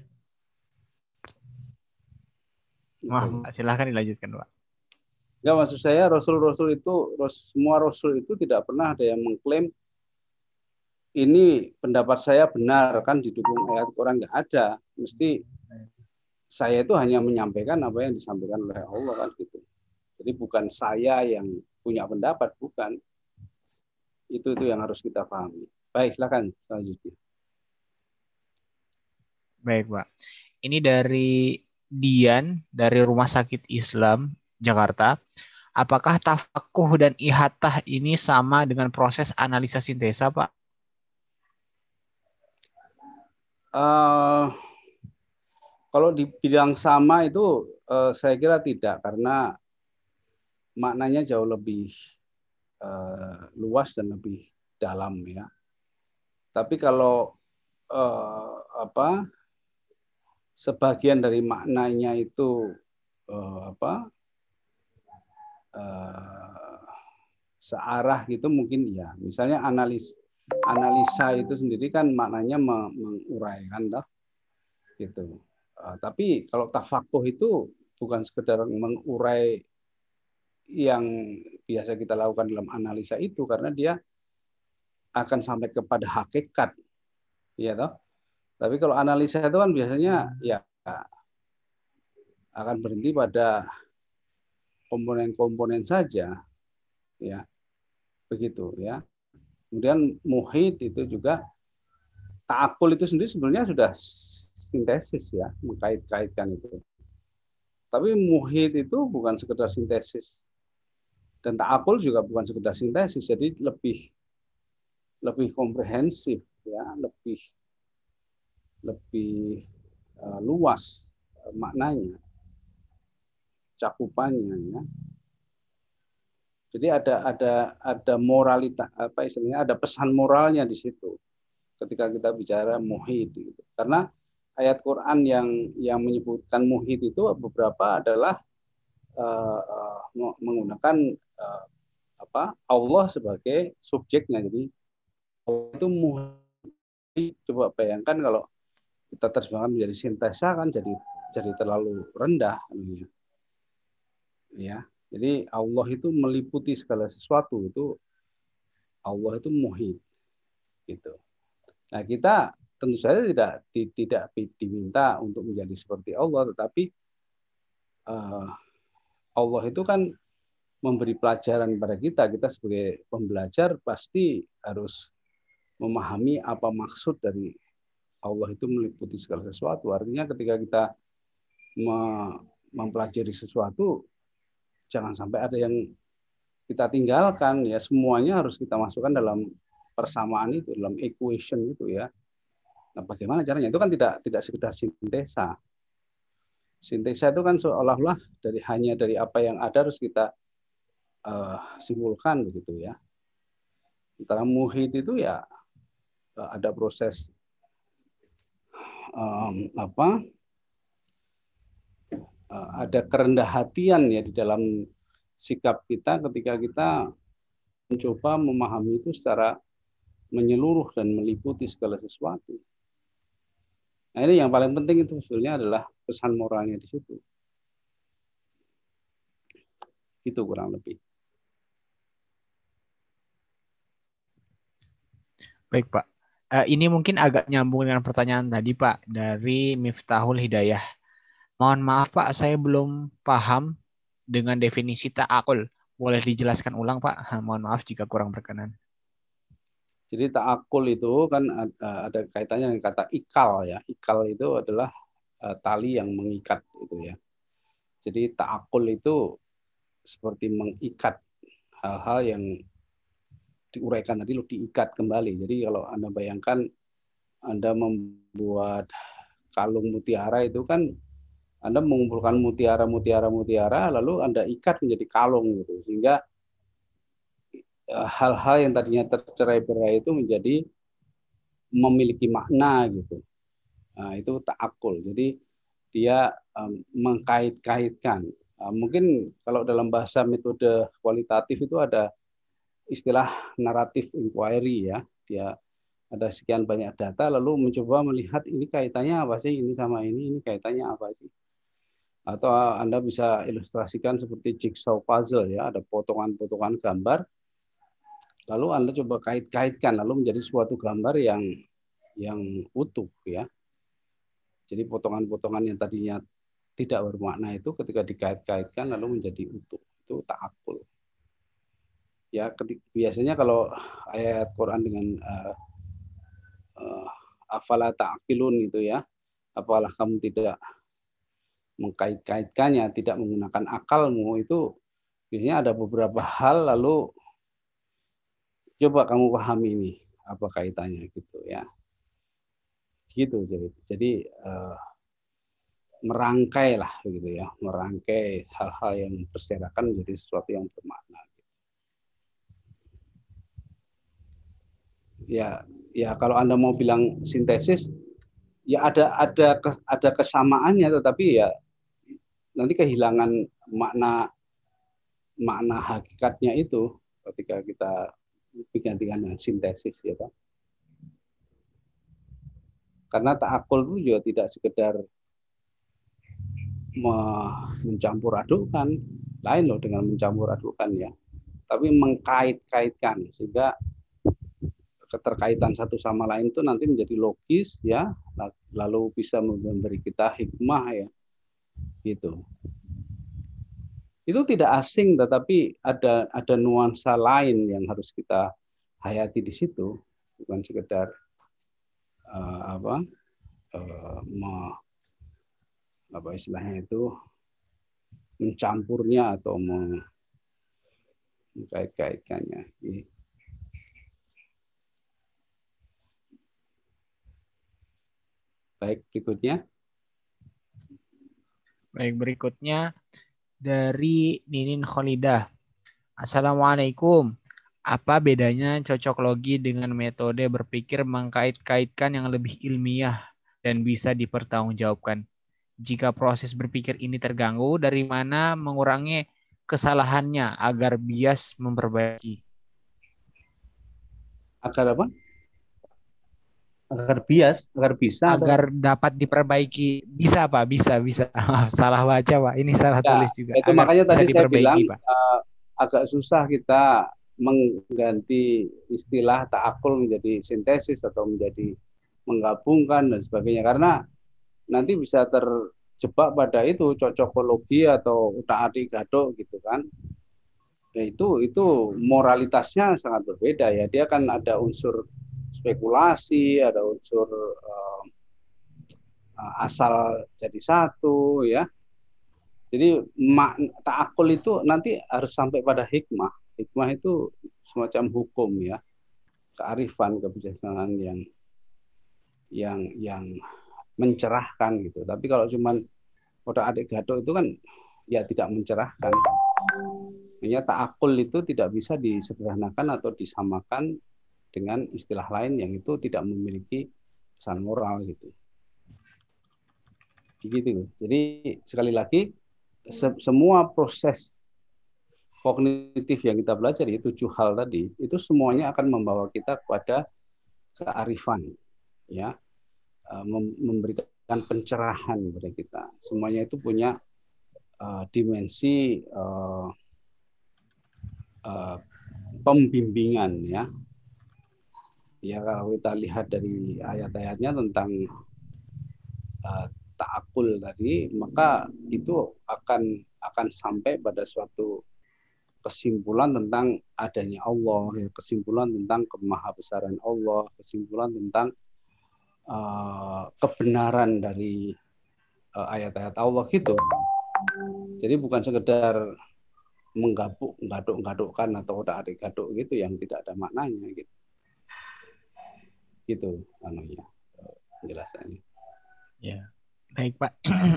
Wah, silahkan dilanjutkan, Pak. Ya, maksud saya rasul-rasul itu, semua rasul itu tidak pernah ada yang mengklaim ini pendapat saya benar kan didukung ayat Quran, nggak ada. Mesti saya itu hanya menyampaikan apa yang disampaikan oleh Allah kan gitu. Jadi bukan saya yang punya pendapat, bukan. Itu yang harus kita pahami. Baik, silakan selanjutnya. Baik, Pak. Ini dari Dian dari Rumah Sakit Islam Jakarta. Apakah tafakuh dan ihatah ini sama dengan proses analisa sintesa, Pak? Kalau dibilang sama itu saya kira tidak, karena maknanya jauh lebih luas dan lebih dalam ya. Tapi kalau sebagian dari maknanya itu searah gitu mungkin ya. Misalnya analisa itu sendiri kan maknanya menguraikan dah gitu. Tapi kalau tafakuh itu bukan sekedar mengurai yang biasa kita lakukan dalam analisa itu, karena dia akan sampai kepada hakikat, ya toh. Tapi kalau analisa itu kan biasanya ya akan berhenti pada komponen-komponen saja, ya begitu ya. Kemudian muhit itu juga, ta'akul itu sendiri sebenarnya sudah sintesis ya, mengkait-kaitkan itu. Tapi muhit itu bukan sekedar sintesis. Dan ta'akul juga bukan sekedar sintesis, jadi lebih komprehensif ya, lebih luas maknanya, cakupannya ya. Jadi ada moralitas, apa istilahnya, ada pesan moralnya di situ ketika kita bicara muhit gitu. Karena ayat Quran yang menyebutkan muhit itu beberapa adalah menggunakan Allah sebagai subjeknya. Jadi Allah itu muhit. Coba bayangkan kalau kita terjemahkan menjadi sintesa kan jadi terlalu rendah ya. Jadi Allah itu meliputi segala sesuatu, itu Allah itu muhit gitu. Nah, kita tentu saja tidak diminta untuk menjadi seperti Allah, tetapi Allah itu kan memberi pelajaran kepada kita sebagai pembelajar pasti harus memahami apa maksud dari Allah itu meliputi segala sesuatu. Artinya ketika kita mempelajari sesuatu, jangan sampai ada yang kita tinggalkan ya, semuanya harus kita masukkan dalam persamaan itu, dalam equation itu ya. Nah, bagaimana caranya? Itu kan tidak sekedar sintesa. Sintesa itu kan seolah-olah hanya dari apa yang ada harus kita simpulkan begitu ya. Antara muhit itu ya ada proses ada kerendah hatian ya di dalam sikap kita ketika kita mencoba memahami itu secara menyeluruh dan meliputi segala sesuatu. Nah, ini yang paling penting itu sebetulnya adalah pesan moralnya di situ. Itu kurang lebih. Baik, Pak. Ini mungkin agak nyambung dengan pertanyaan tadi, Pak, dari Miftahul Hidayah. Mohon maaf, Pak, saya belum paham dengan definisi ta'akul. Boleh dijelaskan ulang, Pak? Mohon maaf jika kurang berkenan. Jadi ta'akul itu kan ada kaitannya dengan kata ikal ya. Ikal itu adalah tali yang mengikat itu ya. Jadi ta'akul itu seperti mengikat hal-hal yang diuraikan tadi lo diikat kembali. Jadi kalau Anda bayangkan Anda membuat kalung mutiara itu kan Anda mengumpulkan mutiara lalu Anda ikat menjadi kalung gitu. Sehingga hal-hal yang tadinya tercerai-berai itu menjadi memiliki makna gitu. Nah, itu ta'akul. Jadi dia mengkait-kaitkan. Mungkin kalau dalam bahasa metode kualitatif itu ada istilah naratif inquiry ya. Dia ada sekian banyak data lalu mencoba melihat ini kaitannya apa sih, ini sama ini kaitannya apa sih. Atau Anda bisa ilustrasikan seperti jigsaw puzzle ya, ada potongan-potongan gambar. Lalu Anda coba kait-kaitkan lalu menjadi suatu gambar yang utuh ya. Jadi potongan-potongan yang tadinya tidak bermakna itu ketika dikait-kaitkan lalu menjadi utuh. Itu ta'akul. Ya, biasanya kalau ayat Quran dengan afala ta'qilun itu ya, apalah kamu tidak mengkait-kaitkannya, tidak menggunakan akalmu, itu biasanya ada beberapa hal lalu coba kamu pahami ini apa kaitannya gitu ya. Gitu jadi merangkai lah begitu ya, merangkai hal-hal yang berserakan menjadi sesuatu yang bermakna. Ya kalau Anda mau bilang sintesis, ya ada kesamaannya, tetapi ya nanti kehilangan makna hakikatnya itu ketika kita gantikan dengan sintesis ya Pak. Karena ta'akul itu juga tidak sekedar mencampur adukkan, lain loh dengan mencampur adukkan ya, tapi mengkait-kaitkan sehingga keterkaitan satu sama lain itu nanti menjadi logis ya, lalu bisa memberi kita hikmah ya, gitu. Itu tidak asing, tetapi ada nuansa lain yang harus kita hayati di situ, bukan sekedar apa istilahnya itu mencampurnya atau mengkait-kaitkannya. Baik, berikutnya. Baik, berikutnya dari Ninin Kholidah. Assalamualaikum. Apa bedanya cocoklogi dengan metode berpikir mengkait-kaitkan yang lebih ilmiah dan bisa dipertanggungjawabkan? Jika proses berpikir ini terganggu, dari mana mengurangi kesalahannya agar bias memperbaiki? Agar apa? Agar bias, agar bisa. Agar dapat diperbaiki. Bisa, Pak. Bisa. Salah baca, Pak. Ini salah tulis juga. Itu agar makanya tadi saya bilang Pak. Agak susah kita mengganti istilah ta'akul menjadi sintesis atau menjadi menggabungkan dan sebagainya. Karena nanti bisa terjebak pada itu cocokologi atau utak-atik gadok gitu kan. Ya, itu moralitasnya sangat berbeda ya. Dia kan ada unsur spekulasi, ada unsur asal jadi satu ya. Jadi ta'akul itu nanti harus sampai pada hikmah. Hikmah itu semacam hukum ya, kearifan, kebijaksanaan yang mencerahkan gitu. Tapi kalau cuman otak adik gaduh itu kan ya tidak mencerahkan. Makanya ta'akul itu tidak bisa disederhanakan atau disamakan dengan istilah lain yang itu tidak memiliki pesan moral gitu. Begitu. Jadi sekali lagi semua proses kognitif yang kita pelajari, 7 hal tadi, itu semuanya akan membawa kita kepada kearifan, ya, memberikan pencerahan kepada kita. Semuanya itu punya dimensi pembimbingan, ya. Ya kalau kita lihat dari ayat-ayatnya tentang ta'akul tadi, maka itu akan sampai pada suatu kesimpulan tentang adanya Allah, kesimpulan tentang kemahabesaran Allah, kesimpulan tentang kebenaran dari ayat-ayat Allah gitu. Jadi bukan sekedar menggaduk-gadukkan atau otak-atik gaduk gitu yang tidak ada maknanya gitu. Gitu anunya penjelasannya. Ya, baik Pak.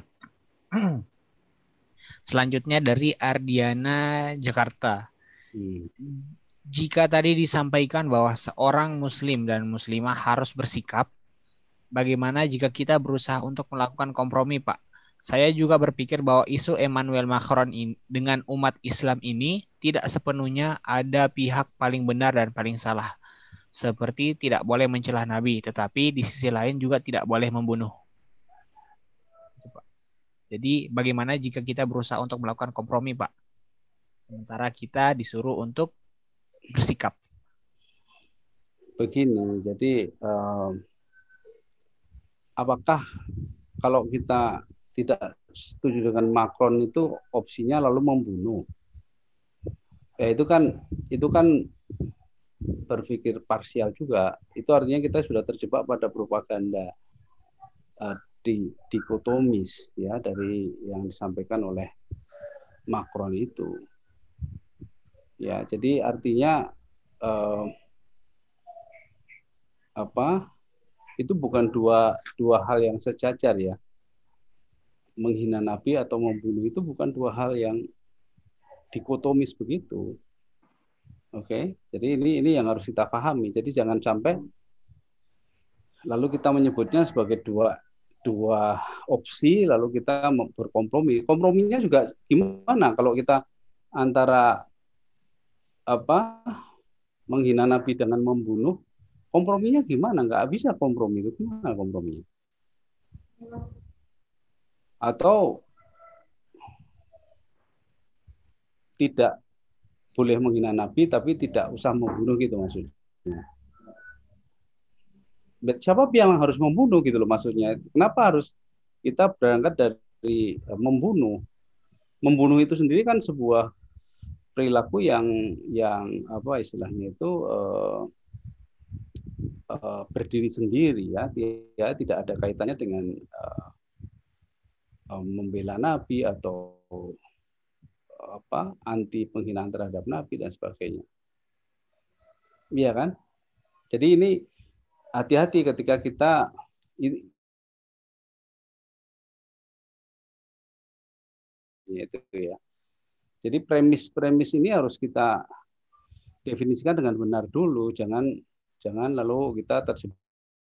Selanjutnya dari Ardiana Jakarta. Jika tadi disampaikan bahwa seorang muslim dan muslimah harus bersikap, bagaimana jika kita berusaha untuk melakukan kompromi, Pak? Saya juga berpikir bahwa isu Emmanuel Macron dengan umat Islam ini tidak sepenuhnya ada pihak paling benar dan paling salah. Seperti tidak boleh mencela Nabi, tetapi di sisi lain juga tidak boleh membunuh. Jadi bagaimana jika kita berusaha untuk melakukan kompromi, Pak? Sementara kita disuruh untuk bersikap. Begini, jadi apakah kalau kita tidak setuju dengan Macron itu opsinya lalu membunuh? Ya itu kan berpikir parsial juga. Itu artinya kita sudah terjebak pada propaganda dikotomis ya dari yang disampaikan oleh Macron itu. Ya, jadi artinya itu bukan dua hal yang sejajar ya. Menghina Nabi atau membunuh itu bukan dua hal yang dikotomis begitu. Oke, jadi ini yang harus kita pahami. Jadi jangan sampai lalu kita menyebutnya sebagai dua opsi lalu kita berkompromi. Komprominya juga gimana kalau kita antara menghina Nabi dengan membunuh, komprominya gimana? Nggak bisa kompromi itu, gimana komprominya? Atau tidak boleh menghina Nabi tapi tidak usah membunuh gitu maksudnya. Siapa yang harus membunuh gitu loh maksudnya. Kenapa harus kita berangkat dari membunuh? Membunuh itu sendiri kan sebuah perilaku yang apa istilahnya itu berdiri sendiri ya. Dia tidak ada kaitannya dengan membela Nabi atau anti penghinaan terhadap Nabi dan sebagainya. Iya kan? Jadi ini hati-hati ketika kita itu ya. Jadi premis ini harus kita definisikan dengan benar dulu, jangan lalu kita terjebak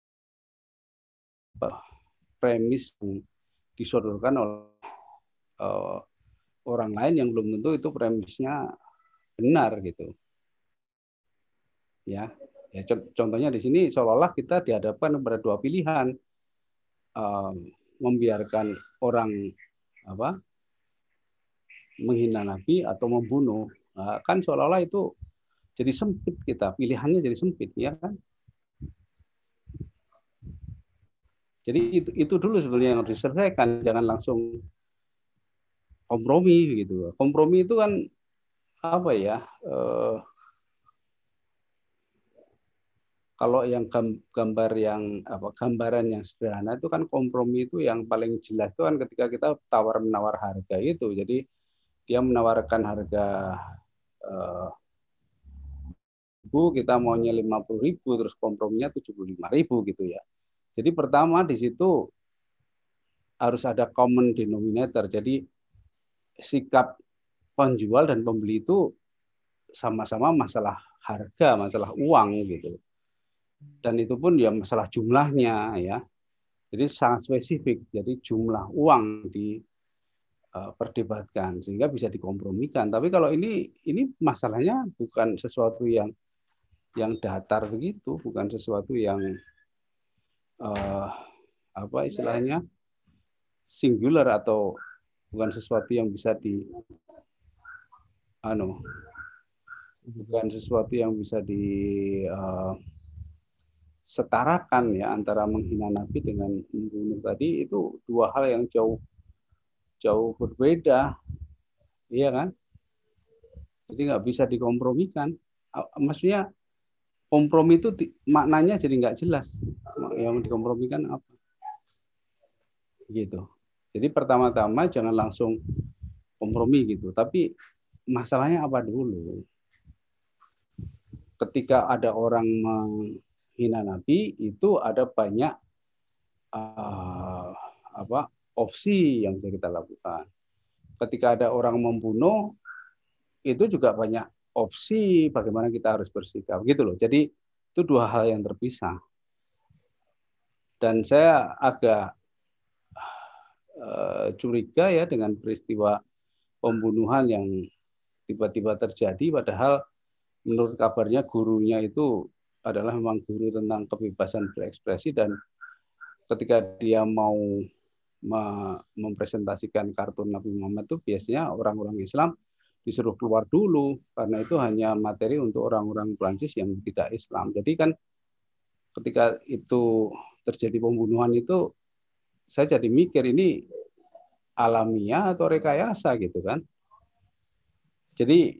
premis yang disodorkan oleh orang lain yang belum tentu itu premisnya benar gitu. Ya contohnya di sini seolah-olah kita dihadapkan pada dua pilihan, membiarkan orang menghina Nabi atau membunuh. Kan seolah-olah itu jadi sempit kita, pilihannya jadi sempit ya kan. Jadi itu dulu sebenarnya yang harus diselesaikan, jangan langsung kompromi gitu. Kompromi itu kan kalau yang gambar yang gambaran yang sederhana itu kan kompromi itu yang paling jelas itu kan ketika kita tawar menawar harga itu. Jadi dia menawarkan harga kita maunya 50.000 terus komprominya 75.000 gitu ya. Jadi pertama di situ harus ada common denominator. Jadi sikap penjual dan pembeli itu sama-sama masalah harga, masalah uang gitu. Dan itu pun ya masalah jumlahnya ya. Jadi sangat spesifik. Jadi jumlah uang diperdebatkan sehingga bisa dikompromikan. Tapi kalau ini masalahnya bukan sesuatu yang datar begitu, bukan sesuatu yang apa istilahnya singular atau bukan sesuatu yang bisa bukan sesuatu yang bisa setarakan ya antara menghina Nabi dengan membunuh tadi. Itu dua hal yang jauh berbeda, iya kan? Jadi nggak bisa dikompromikan. Maksudnya kompromi itu maknanya jadi nggak jelas. Yang dikompromikan apa? Gitu. Jadi pertama-tama jangan langsung kompromi gitu. Tapi masalahnya apa dulu? Ketika ada orang menghina Nabi, itu ada banyak opsi yang bisa kita lakukan. Ketika ada orang membunuh, itu juga banyak opsi bagaimana kita harus bersikap gitu loh. Jadi itu dua hal yang terpisah. Dan saya agak curiga ya dengan peristiwa pembunuhan yang tiba-tiba terjadi, padahal menurut kabarnya gurunya itu adalah memang guru tentang kebebasan berekspresi, dan ketika dia mau mempresentasikan kartun Nabi Muhammad itu biasanya orang-orang Islam disuruh keluar dulu karena itu hanya materi untuk orang-orang Prancis yang tidak Islam. Jadi kan ketika itu terjadi pembunuhan itu saya jadi mikir ini alamiah atau rekayasa gitu kan. Jadi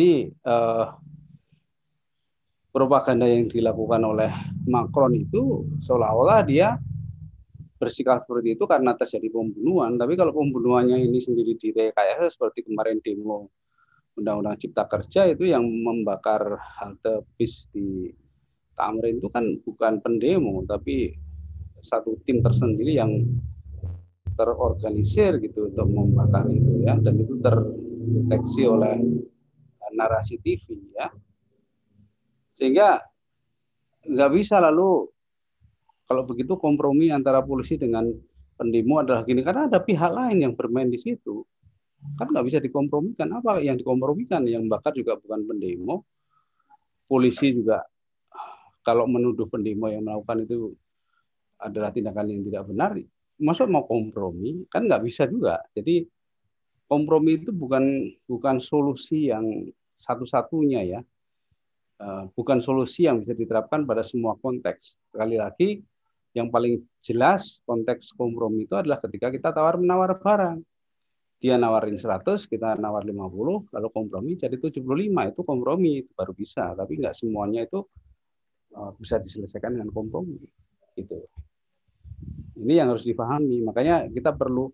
propaganda yang dilakukan oleh Macron itu seolah-olah dia bersikap seperti itu karena terjadi pembunuhan. Tapi kalau pembunuhannya ini sendiri direkayasa seperti kemarin demo Undang-Undang Cipta Kerja itu yang membakar halte bis di Tamrin itu kan bukan pendemo, tapi satu tim tersendiri yang terorganisir gitu untuk membakar itu ya, dan itu terdeteksi oleh narasi TV ya, sehingga nggak bisa lalu kalau begitu kompromi antara polisi dengan pendemo adalah gini karena ada pihak lain yang bermain di situ. Kan nggak bisa dikompromikan. Apa yang dikompromikan? Yang bakar juga bukan pendemo. Polisi juga kalau menuduh pendemo yang melakukan itu adalah tindakan yang tidak benar, maksud mau kompromi? Kan nggak bisa juga. Jadi kompromi itu bukan solusi yang satu-satunya ya. Bukan solusi yang bisa diterapkan pada semua konteks. Sekali lagi, yang paling jelas konteks kompromi itu adalah ketika kita tawar-menawar barang. Dia nawarin 100, kita nawar 50, lalu kompromi jadi 75. Itu kompromi, itu baru bisa. Tapi nggak semuanya itu bisa diselesaikan dengan kompromi. Gitu. Ini yang harus dipahami. Makanya kita perlu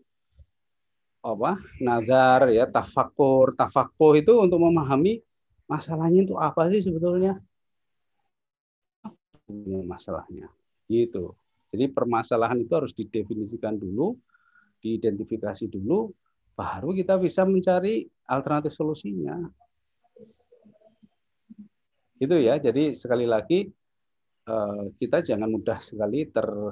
nazar, ya, tafakur. Tafakuh itu untuk memahami masalahnya itu apa sih sebetulnya? Masalahnya. Gitu. Jadi permasalahan itu harus didefinisikan dulu, diidentifikasi dulu, baru kita bisa mencari alternatif solusinya. Itu ya. Jadi sekali lagi kita jangan mudah sekali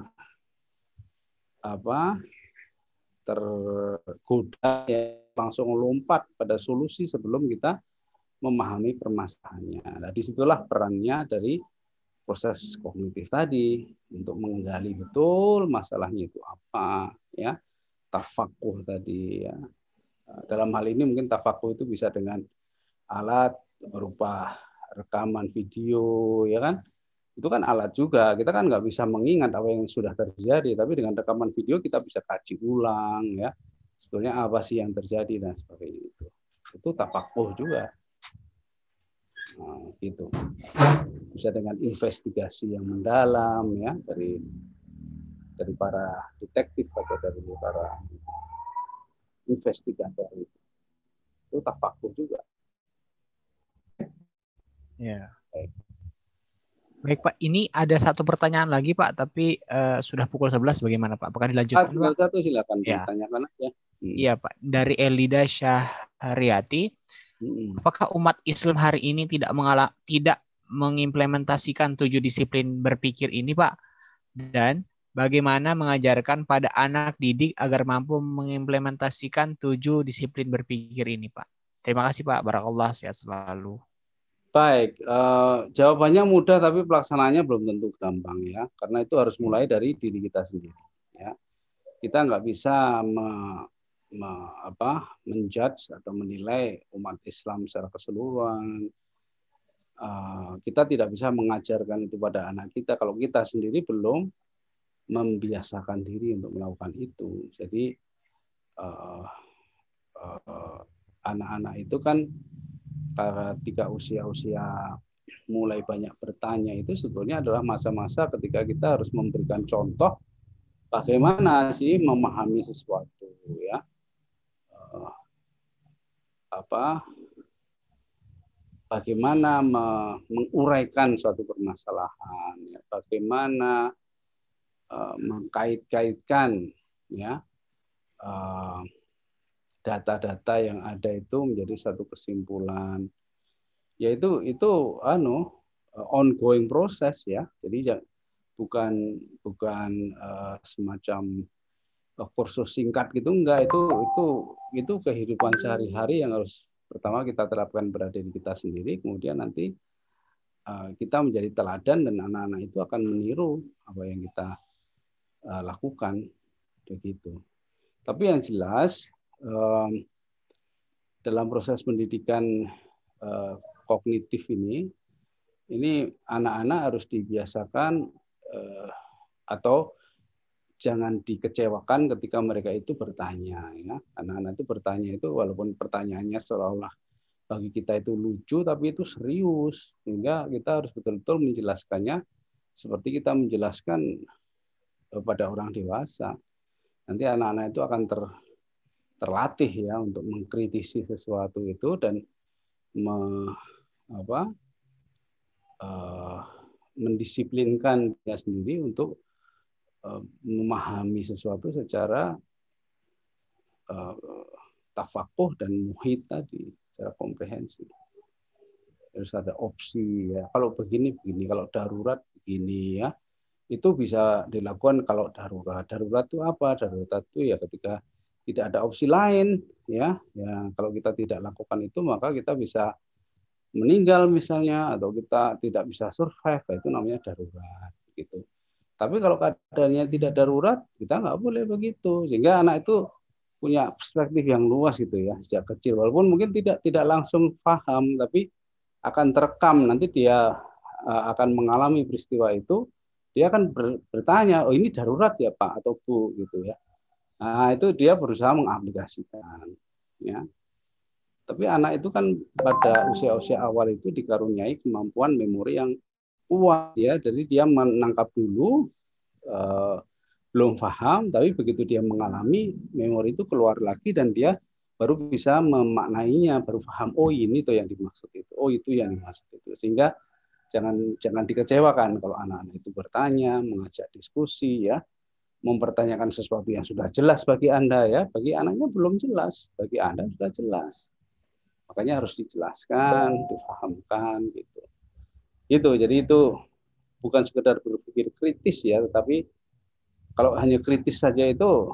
tergoda ya, langsung lompat pada solusi sebelum kita memahami permasalahannya. Nah, disitulah perannya dari proses kognitif tadi untuk menggali betul masalahnya itu apa, ya. Tafakuh tadi ya. Dalam hal ini mungkin tafakuh itu bisa dengan alat berupa rekaman video, ya kan? Itu kan alat juga. Kita kan nggak bisa mengingat apa yang sudah terjadi, tapi dengan rekaman video kita bisa kaji ulang, ya. Sebetulnya apa sih yang terjadi dan sebagainya itu. Itu tafakuh juga. Gitu. Bisa dengan investigasi yang mendalam ya dari para detektif atau dari para investigator itu tafakur juga. Ya. Baik Pak, ini ada satu pertanyaan lagi Pak, tapi sudah pukul 11 bagaimana Pak? Apakah dilanjutkan Tinggal Pak? satu silakan Ya. ditanyakan aja. Iya Pak, dari Elida Syahriati, apakah umat Islam hari ini tidak mengimplementasikan 7 disiplin berpikir ini Pak? Dan bagaimana mengajarkan pada anak didik agar mampu mengimplementasikan 7 disiplin berpikir ini Pak? Terima kasih Pak, barakallah, sehat selalu. Baik, jawabannya mudah tapi pelaksanaannya belum tentu gampang ya, karena itu harus mulai dari diri kita sendiri. Ya, kita nggak bisa menjudge atau menilai umat Islam secara keseluruhan. Kita tidak bisa mengajarkan itu pada anak kita kalau kita sendiri belum membiasakan diri untuk melakukan itu. Jadi anak-anak itu kan ketika usia-usia mulai banyak bertanya itu sebetulnya adalah masa-masa ketika kita harus memberikan contoh bagaimana sih memahami sesuatu ya, bagaimana menguraikan suatu permasalahan, ya, bagaimana mengkait-kaitkan ya data-data yang ada itu menjadi satu kesimpulan. Yaitu ongoing proses ya. Jadi bukan semacam kursus singkat gitu, enggak, itu kehidupan sehari-hari yang harus pertama kita terapkan pada diri kita sendiri, kemudian nanti kita menjadi teladan dan anak-anak itu akan meniru apa yang kita lakukan begitu. Tapi yang jelas dalam proses pendidikan kognitif ini anak-anak harus dibiasakan atau jangan dikecewakan ketika mereka itu bertanya ya. Anak-anak itu bertanya itu walaupun pertanyaannya seolah-olah bagi kita itu lucu tapi itu serius, sehingga kita harus betul-betul menjelaskannya seperti kita menjelaskan pada orang dewasa. Nanti anak-anak itu akan terlatih ya untuk mengkritisi sesuatu itu dan mendisiplinkan dia sendiri untuk memahami sesuatu secara tafakuh dan muhit tadi, secara komprehensif. Terus ada opsi ya. Kalau begini, kalau darurat begini ya. Itu bisa dilakukan kalau darurat. Darurat itu apa? Darurat itu ya ketika tidak ada opsi lain ya. Ya, kalau kita tidak lakukan itu maka kita bisa meninggal misalnya atau kita tidak bisa survive, itu namanya darurat gitu. Tapi kalau keadaannya tidak darurat, kita nggak boleh begitu. Sehingga anak itu punya perspektif yang luas gitu ya sejak kecil. Walaupun mungkin tidak langsung paham, tapi akan terekam. Nanti dia akan mengalami peristiwa itu, dia akan bertanya, oh ini darurat ya Pak atau Bu gitu ya. Nah itu dia berusaha mengaplikasikan. Ya. Tapi anak itu kan pada usia-usia awal itu dikaruniai kemampuan memori yang kuat ya, jadi dia menangkap dulu belum paham, tapi begitu dia mengalami memori itu keluar lagi dan dia baru bisa memaknainya, baru paham oh ini tuh yang dimaksud itu, oh itu yang dimaksud itu. Sehingga jangan dikecewakan kalau anak-anak itu bertanya, mengajak diskusi ya, mempertanyakan sesuatu yang sudah jelas bagi Anda ya, bagi anaknya belum jelas, bagi Anda sudah jelas. Makanya harus dijelaskan, dipahamkan gitu. Gitu. Jadi itu bukan sekedar berpikir kritis ya, tetapi kalau hanya kritis saja itu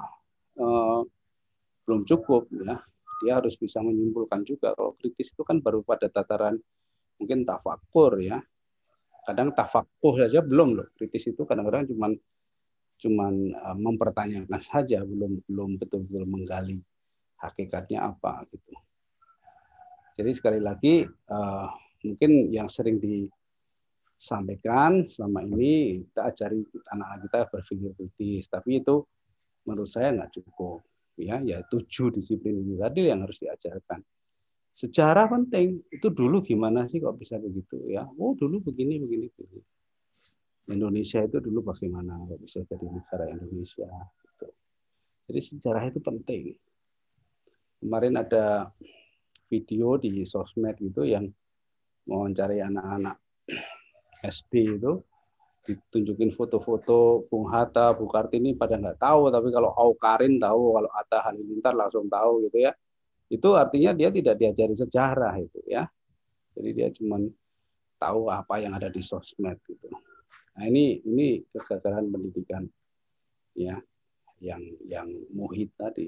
belum cukup ya. Dia harus bisa menyimpulkan juga. Kalau kritis itu kan baru pada tataran mungkin tafakur ya. Kadang tafakuh saja belum loh. Kritis itu kadang-kadang cuman mempertanyakan saja, belum betul-betul menggali hakikatnya apa gitu. Jadi sekali lagi mungkin yang sering disampaikan selama ini kita ajari anak-anak kita berpikir kritis, tapi itu menurut saya nggak cukup ya 7 disiplin ini tadi yang harus diajarkan. Sejarah penting. Itu dulu gimana sih kok bisa begitu ya? Oh dulu begini begini. Begini. Indonesia itu dulu bagaimana kok bisa jadi negara Indonesia? Gitu. Jadi sejarah itu penting. Kemarin ada video di sosmed gitu yang mau mencari anak-anak SD itu, ditunjukin foto-foto Bung Hatta, Bung Kartini pada nggak tahu, tapi kalau Aukarin tahu, kalau Atta Halilintar langsung tahu gitu ya. Itu artinya dia tidak diajari sejarah itu ya. Jadi dia cuma tahu apa yang ada di sosmed gitu. Nah ini kegagalan pendidikan ya yang muhit tadi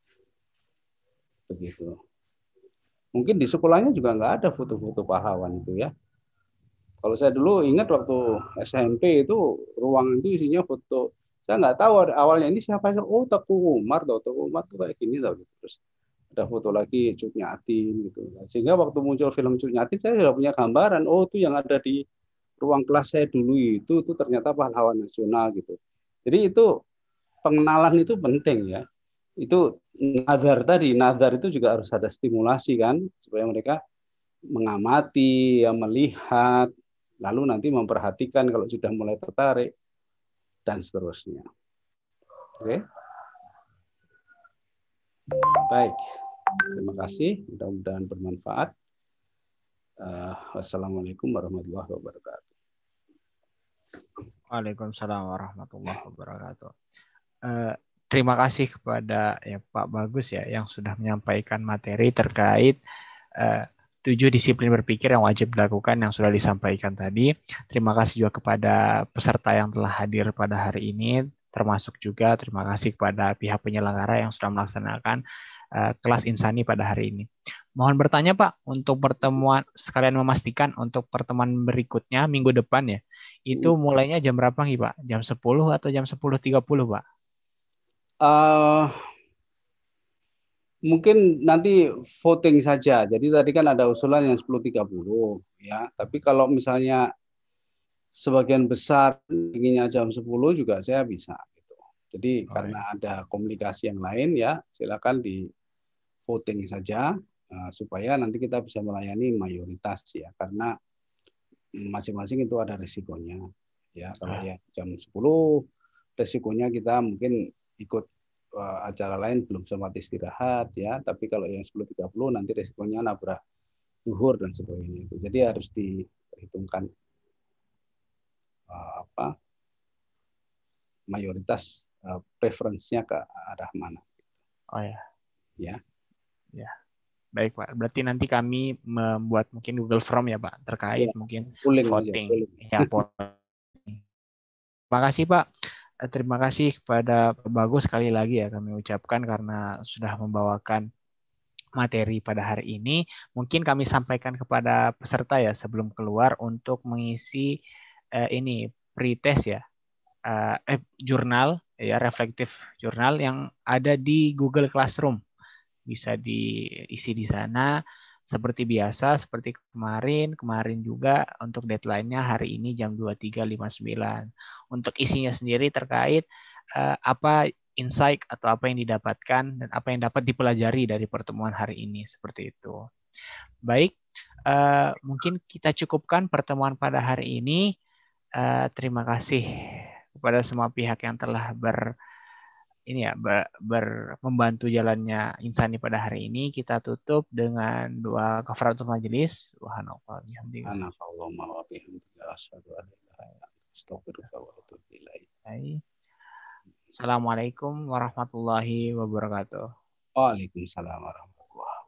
begitu. Mungkin di sekolahnya juga nggak ada foto-foto pahlawan itu ya. Kalau saya dulu ingat waktu SMP itu ruang itu isinya foto. Saya nggak tahu awalnya ini siapa sih. Oh Teguh Umar, Teguh Umar tuh kayak gini tau. Terus ada foto lagi Cut Nyatin gitu. Sehingga waktu muncul film Cut Nyatin saya sudah punya gambaran. Oh itu yang ada di ruang kelas saya dulu itu ternyata pahlawan nasional gitu. Jadi itu pengenalan itu penting ya. Itu nazar itu juga harus ada stimulasi kan supaya mereka mengamati, ya, melihat, lalu nanti memperhatikan kalau sudah mulai tertarik dan seterusnya. Oke, baik. Terima kasih. Mudah-mudahan bermanfaat. Wassalamualaikum warahmatullahi wabarakatuh. Waalaikumsalam warahmatullahi wabarakatuh. Terima kasih kepada ya Pak Bagus ya yang sudah menyampaikan materi terkait 7 disiplin berpikir yang wajib dilakukan yang sudah disampaikan tadi. Terima kasih juga kepada peserta yang telah hadir pada hari ini, termasuk juga terima kasih kepada pihak penyelenggara yang sudah melaksanakan kelas insani pada hari ini. Mohon bertanya Pak, untuk pertemuan sekalian memastikan untuk pertemuan berikutnya minggu depan ya, itu mulainya jam berapa nih Pak? Jam 10 atau jam 10.30 Pak? Mungkin nanti voting saja. Jadi tadi kan ada usulan yang 10.30 ya. Tapi kalau misalnya sebagian besar inginnya jam 10 juga saya bisa gitu. Jadi karena ada komunikasi yang lain ya, silakan di voting saja supaya nanti kita bisa melayani mayoritas ya, karena masing-masing itu ada risikonya ya. Kalau ya jam 10 risikonya kita mungkin ikut acara lain belum sempat istirahat ya, tapi kalau yang 10.30 nanti risikonya nabrak zuhur dan sebagainya itu. Jadi harus diperhitungkan mayoritas preferensinya ke arah mana. Oh ya. Ya. Ya. Baik Pak, berarti nanti kami membuat mungkin Google Form ya Pak terkait mungkin voting. Ya, terima kasih Pak. Terima kasih kepada Pak Bagus sekali lagi ya kami ucapkan karena sudah membawakan materi pada hari ini. Mungkin kami sampaikan kepada peserta ya sebelum keluar untuk mengisi ini pretest ya, jurnal ya, reflektif jurnal yang ada di Google Classroom. Bisa diisi di sana seperti biasa, seperti kemarin juga untuk deadline-nya hari ini jam 23.59. Untuk isinya sendiri terkait apa insight atau apa yang didapatkan dan apa yang dapat dipelajari dari pertemuan hari ini, seperti itu. Baik, mungkin kita cukupkan pertemuan pada hari ini. Terima kasih kepada semua pihak yang telah membantu jalannya insani pada hari ini. Kita tutup dengan doa kafaratul majelis. Assalamualaikum warahmatullahi wabarakatuh. Waalaikumsalam warahmatullahi wabarakatuh.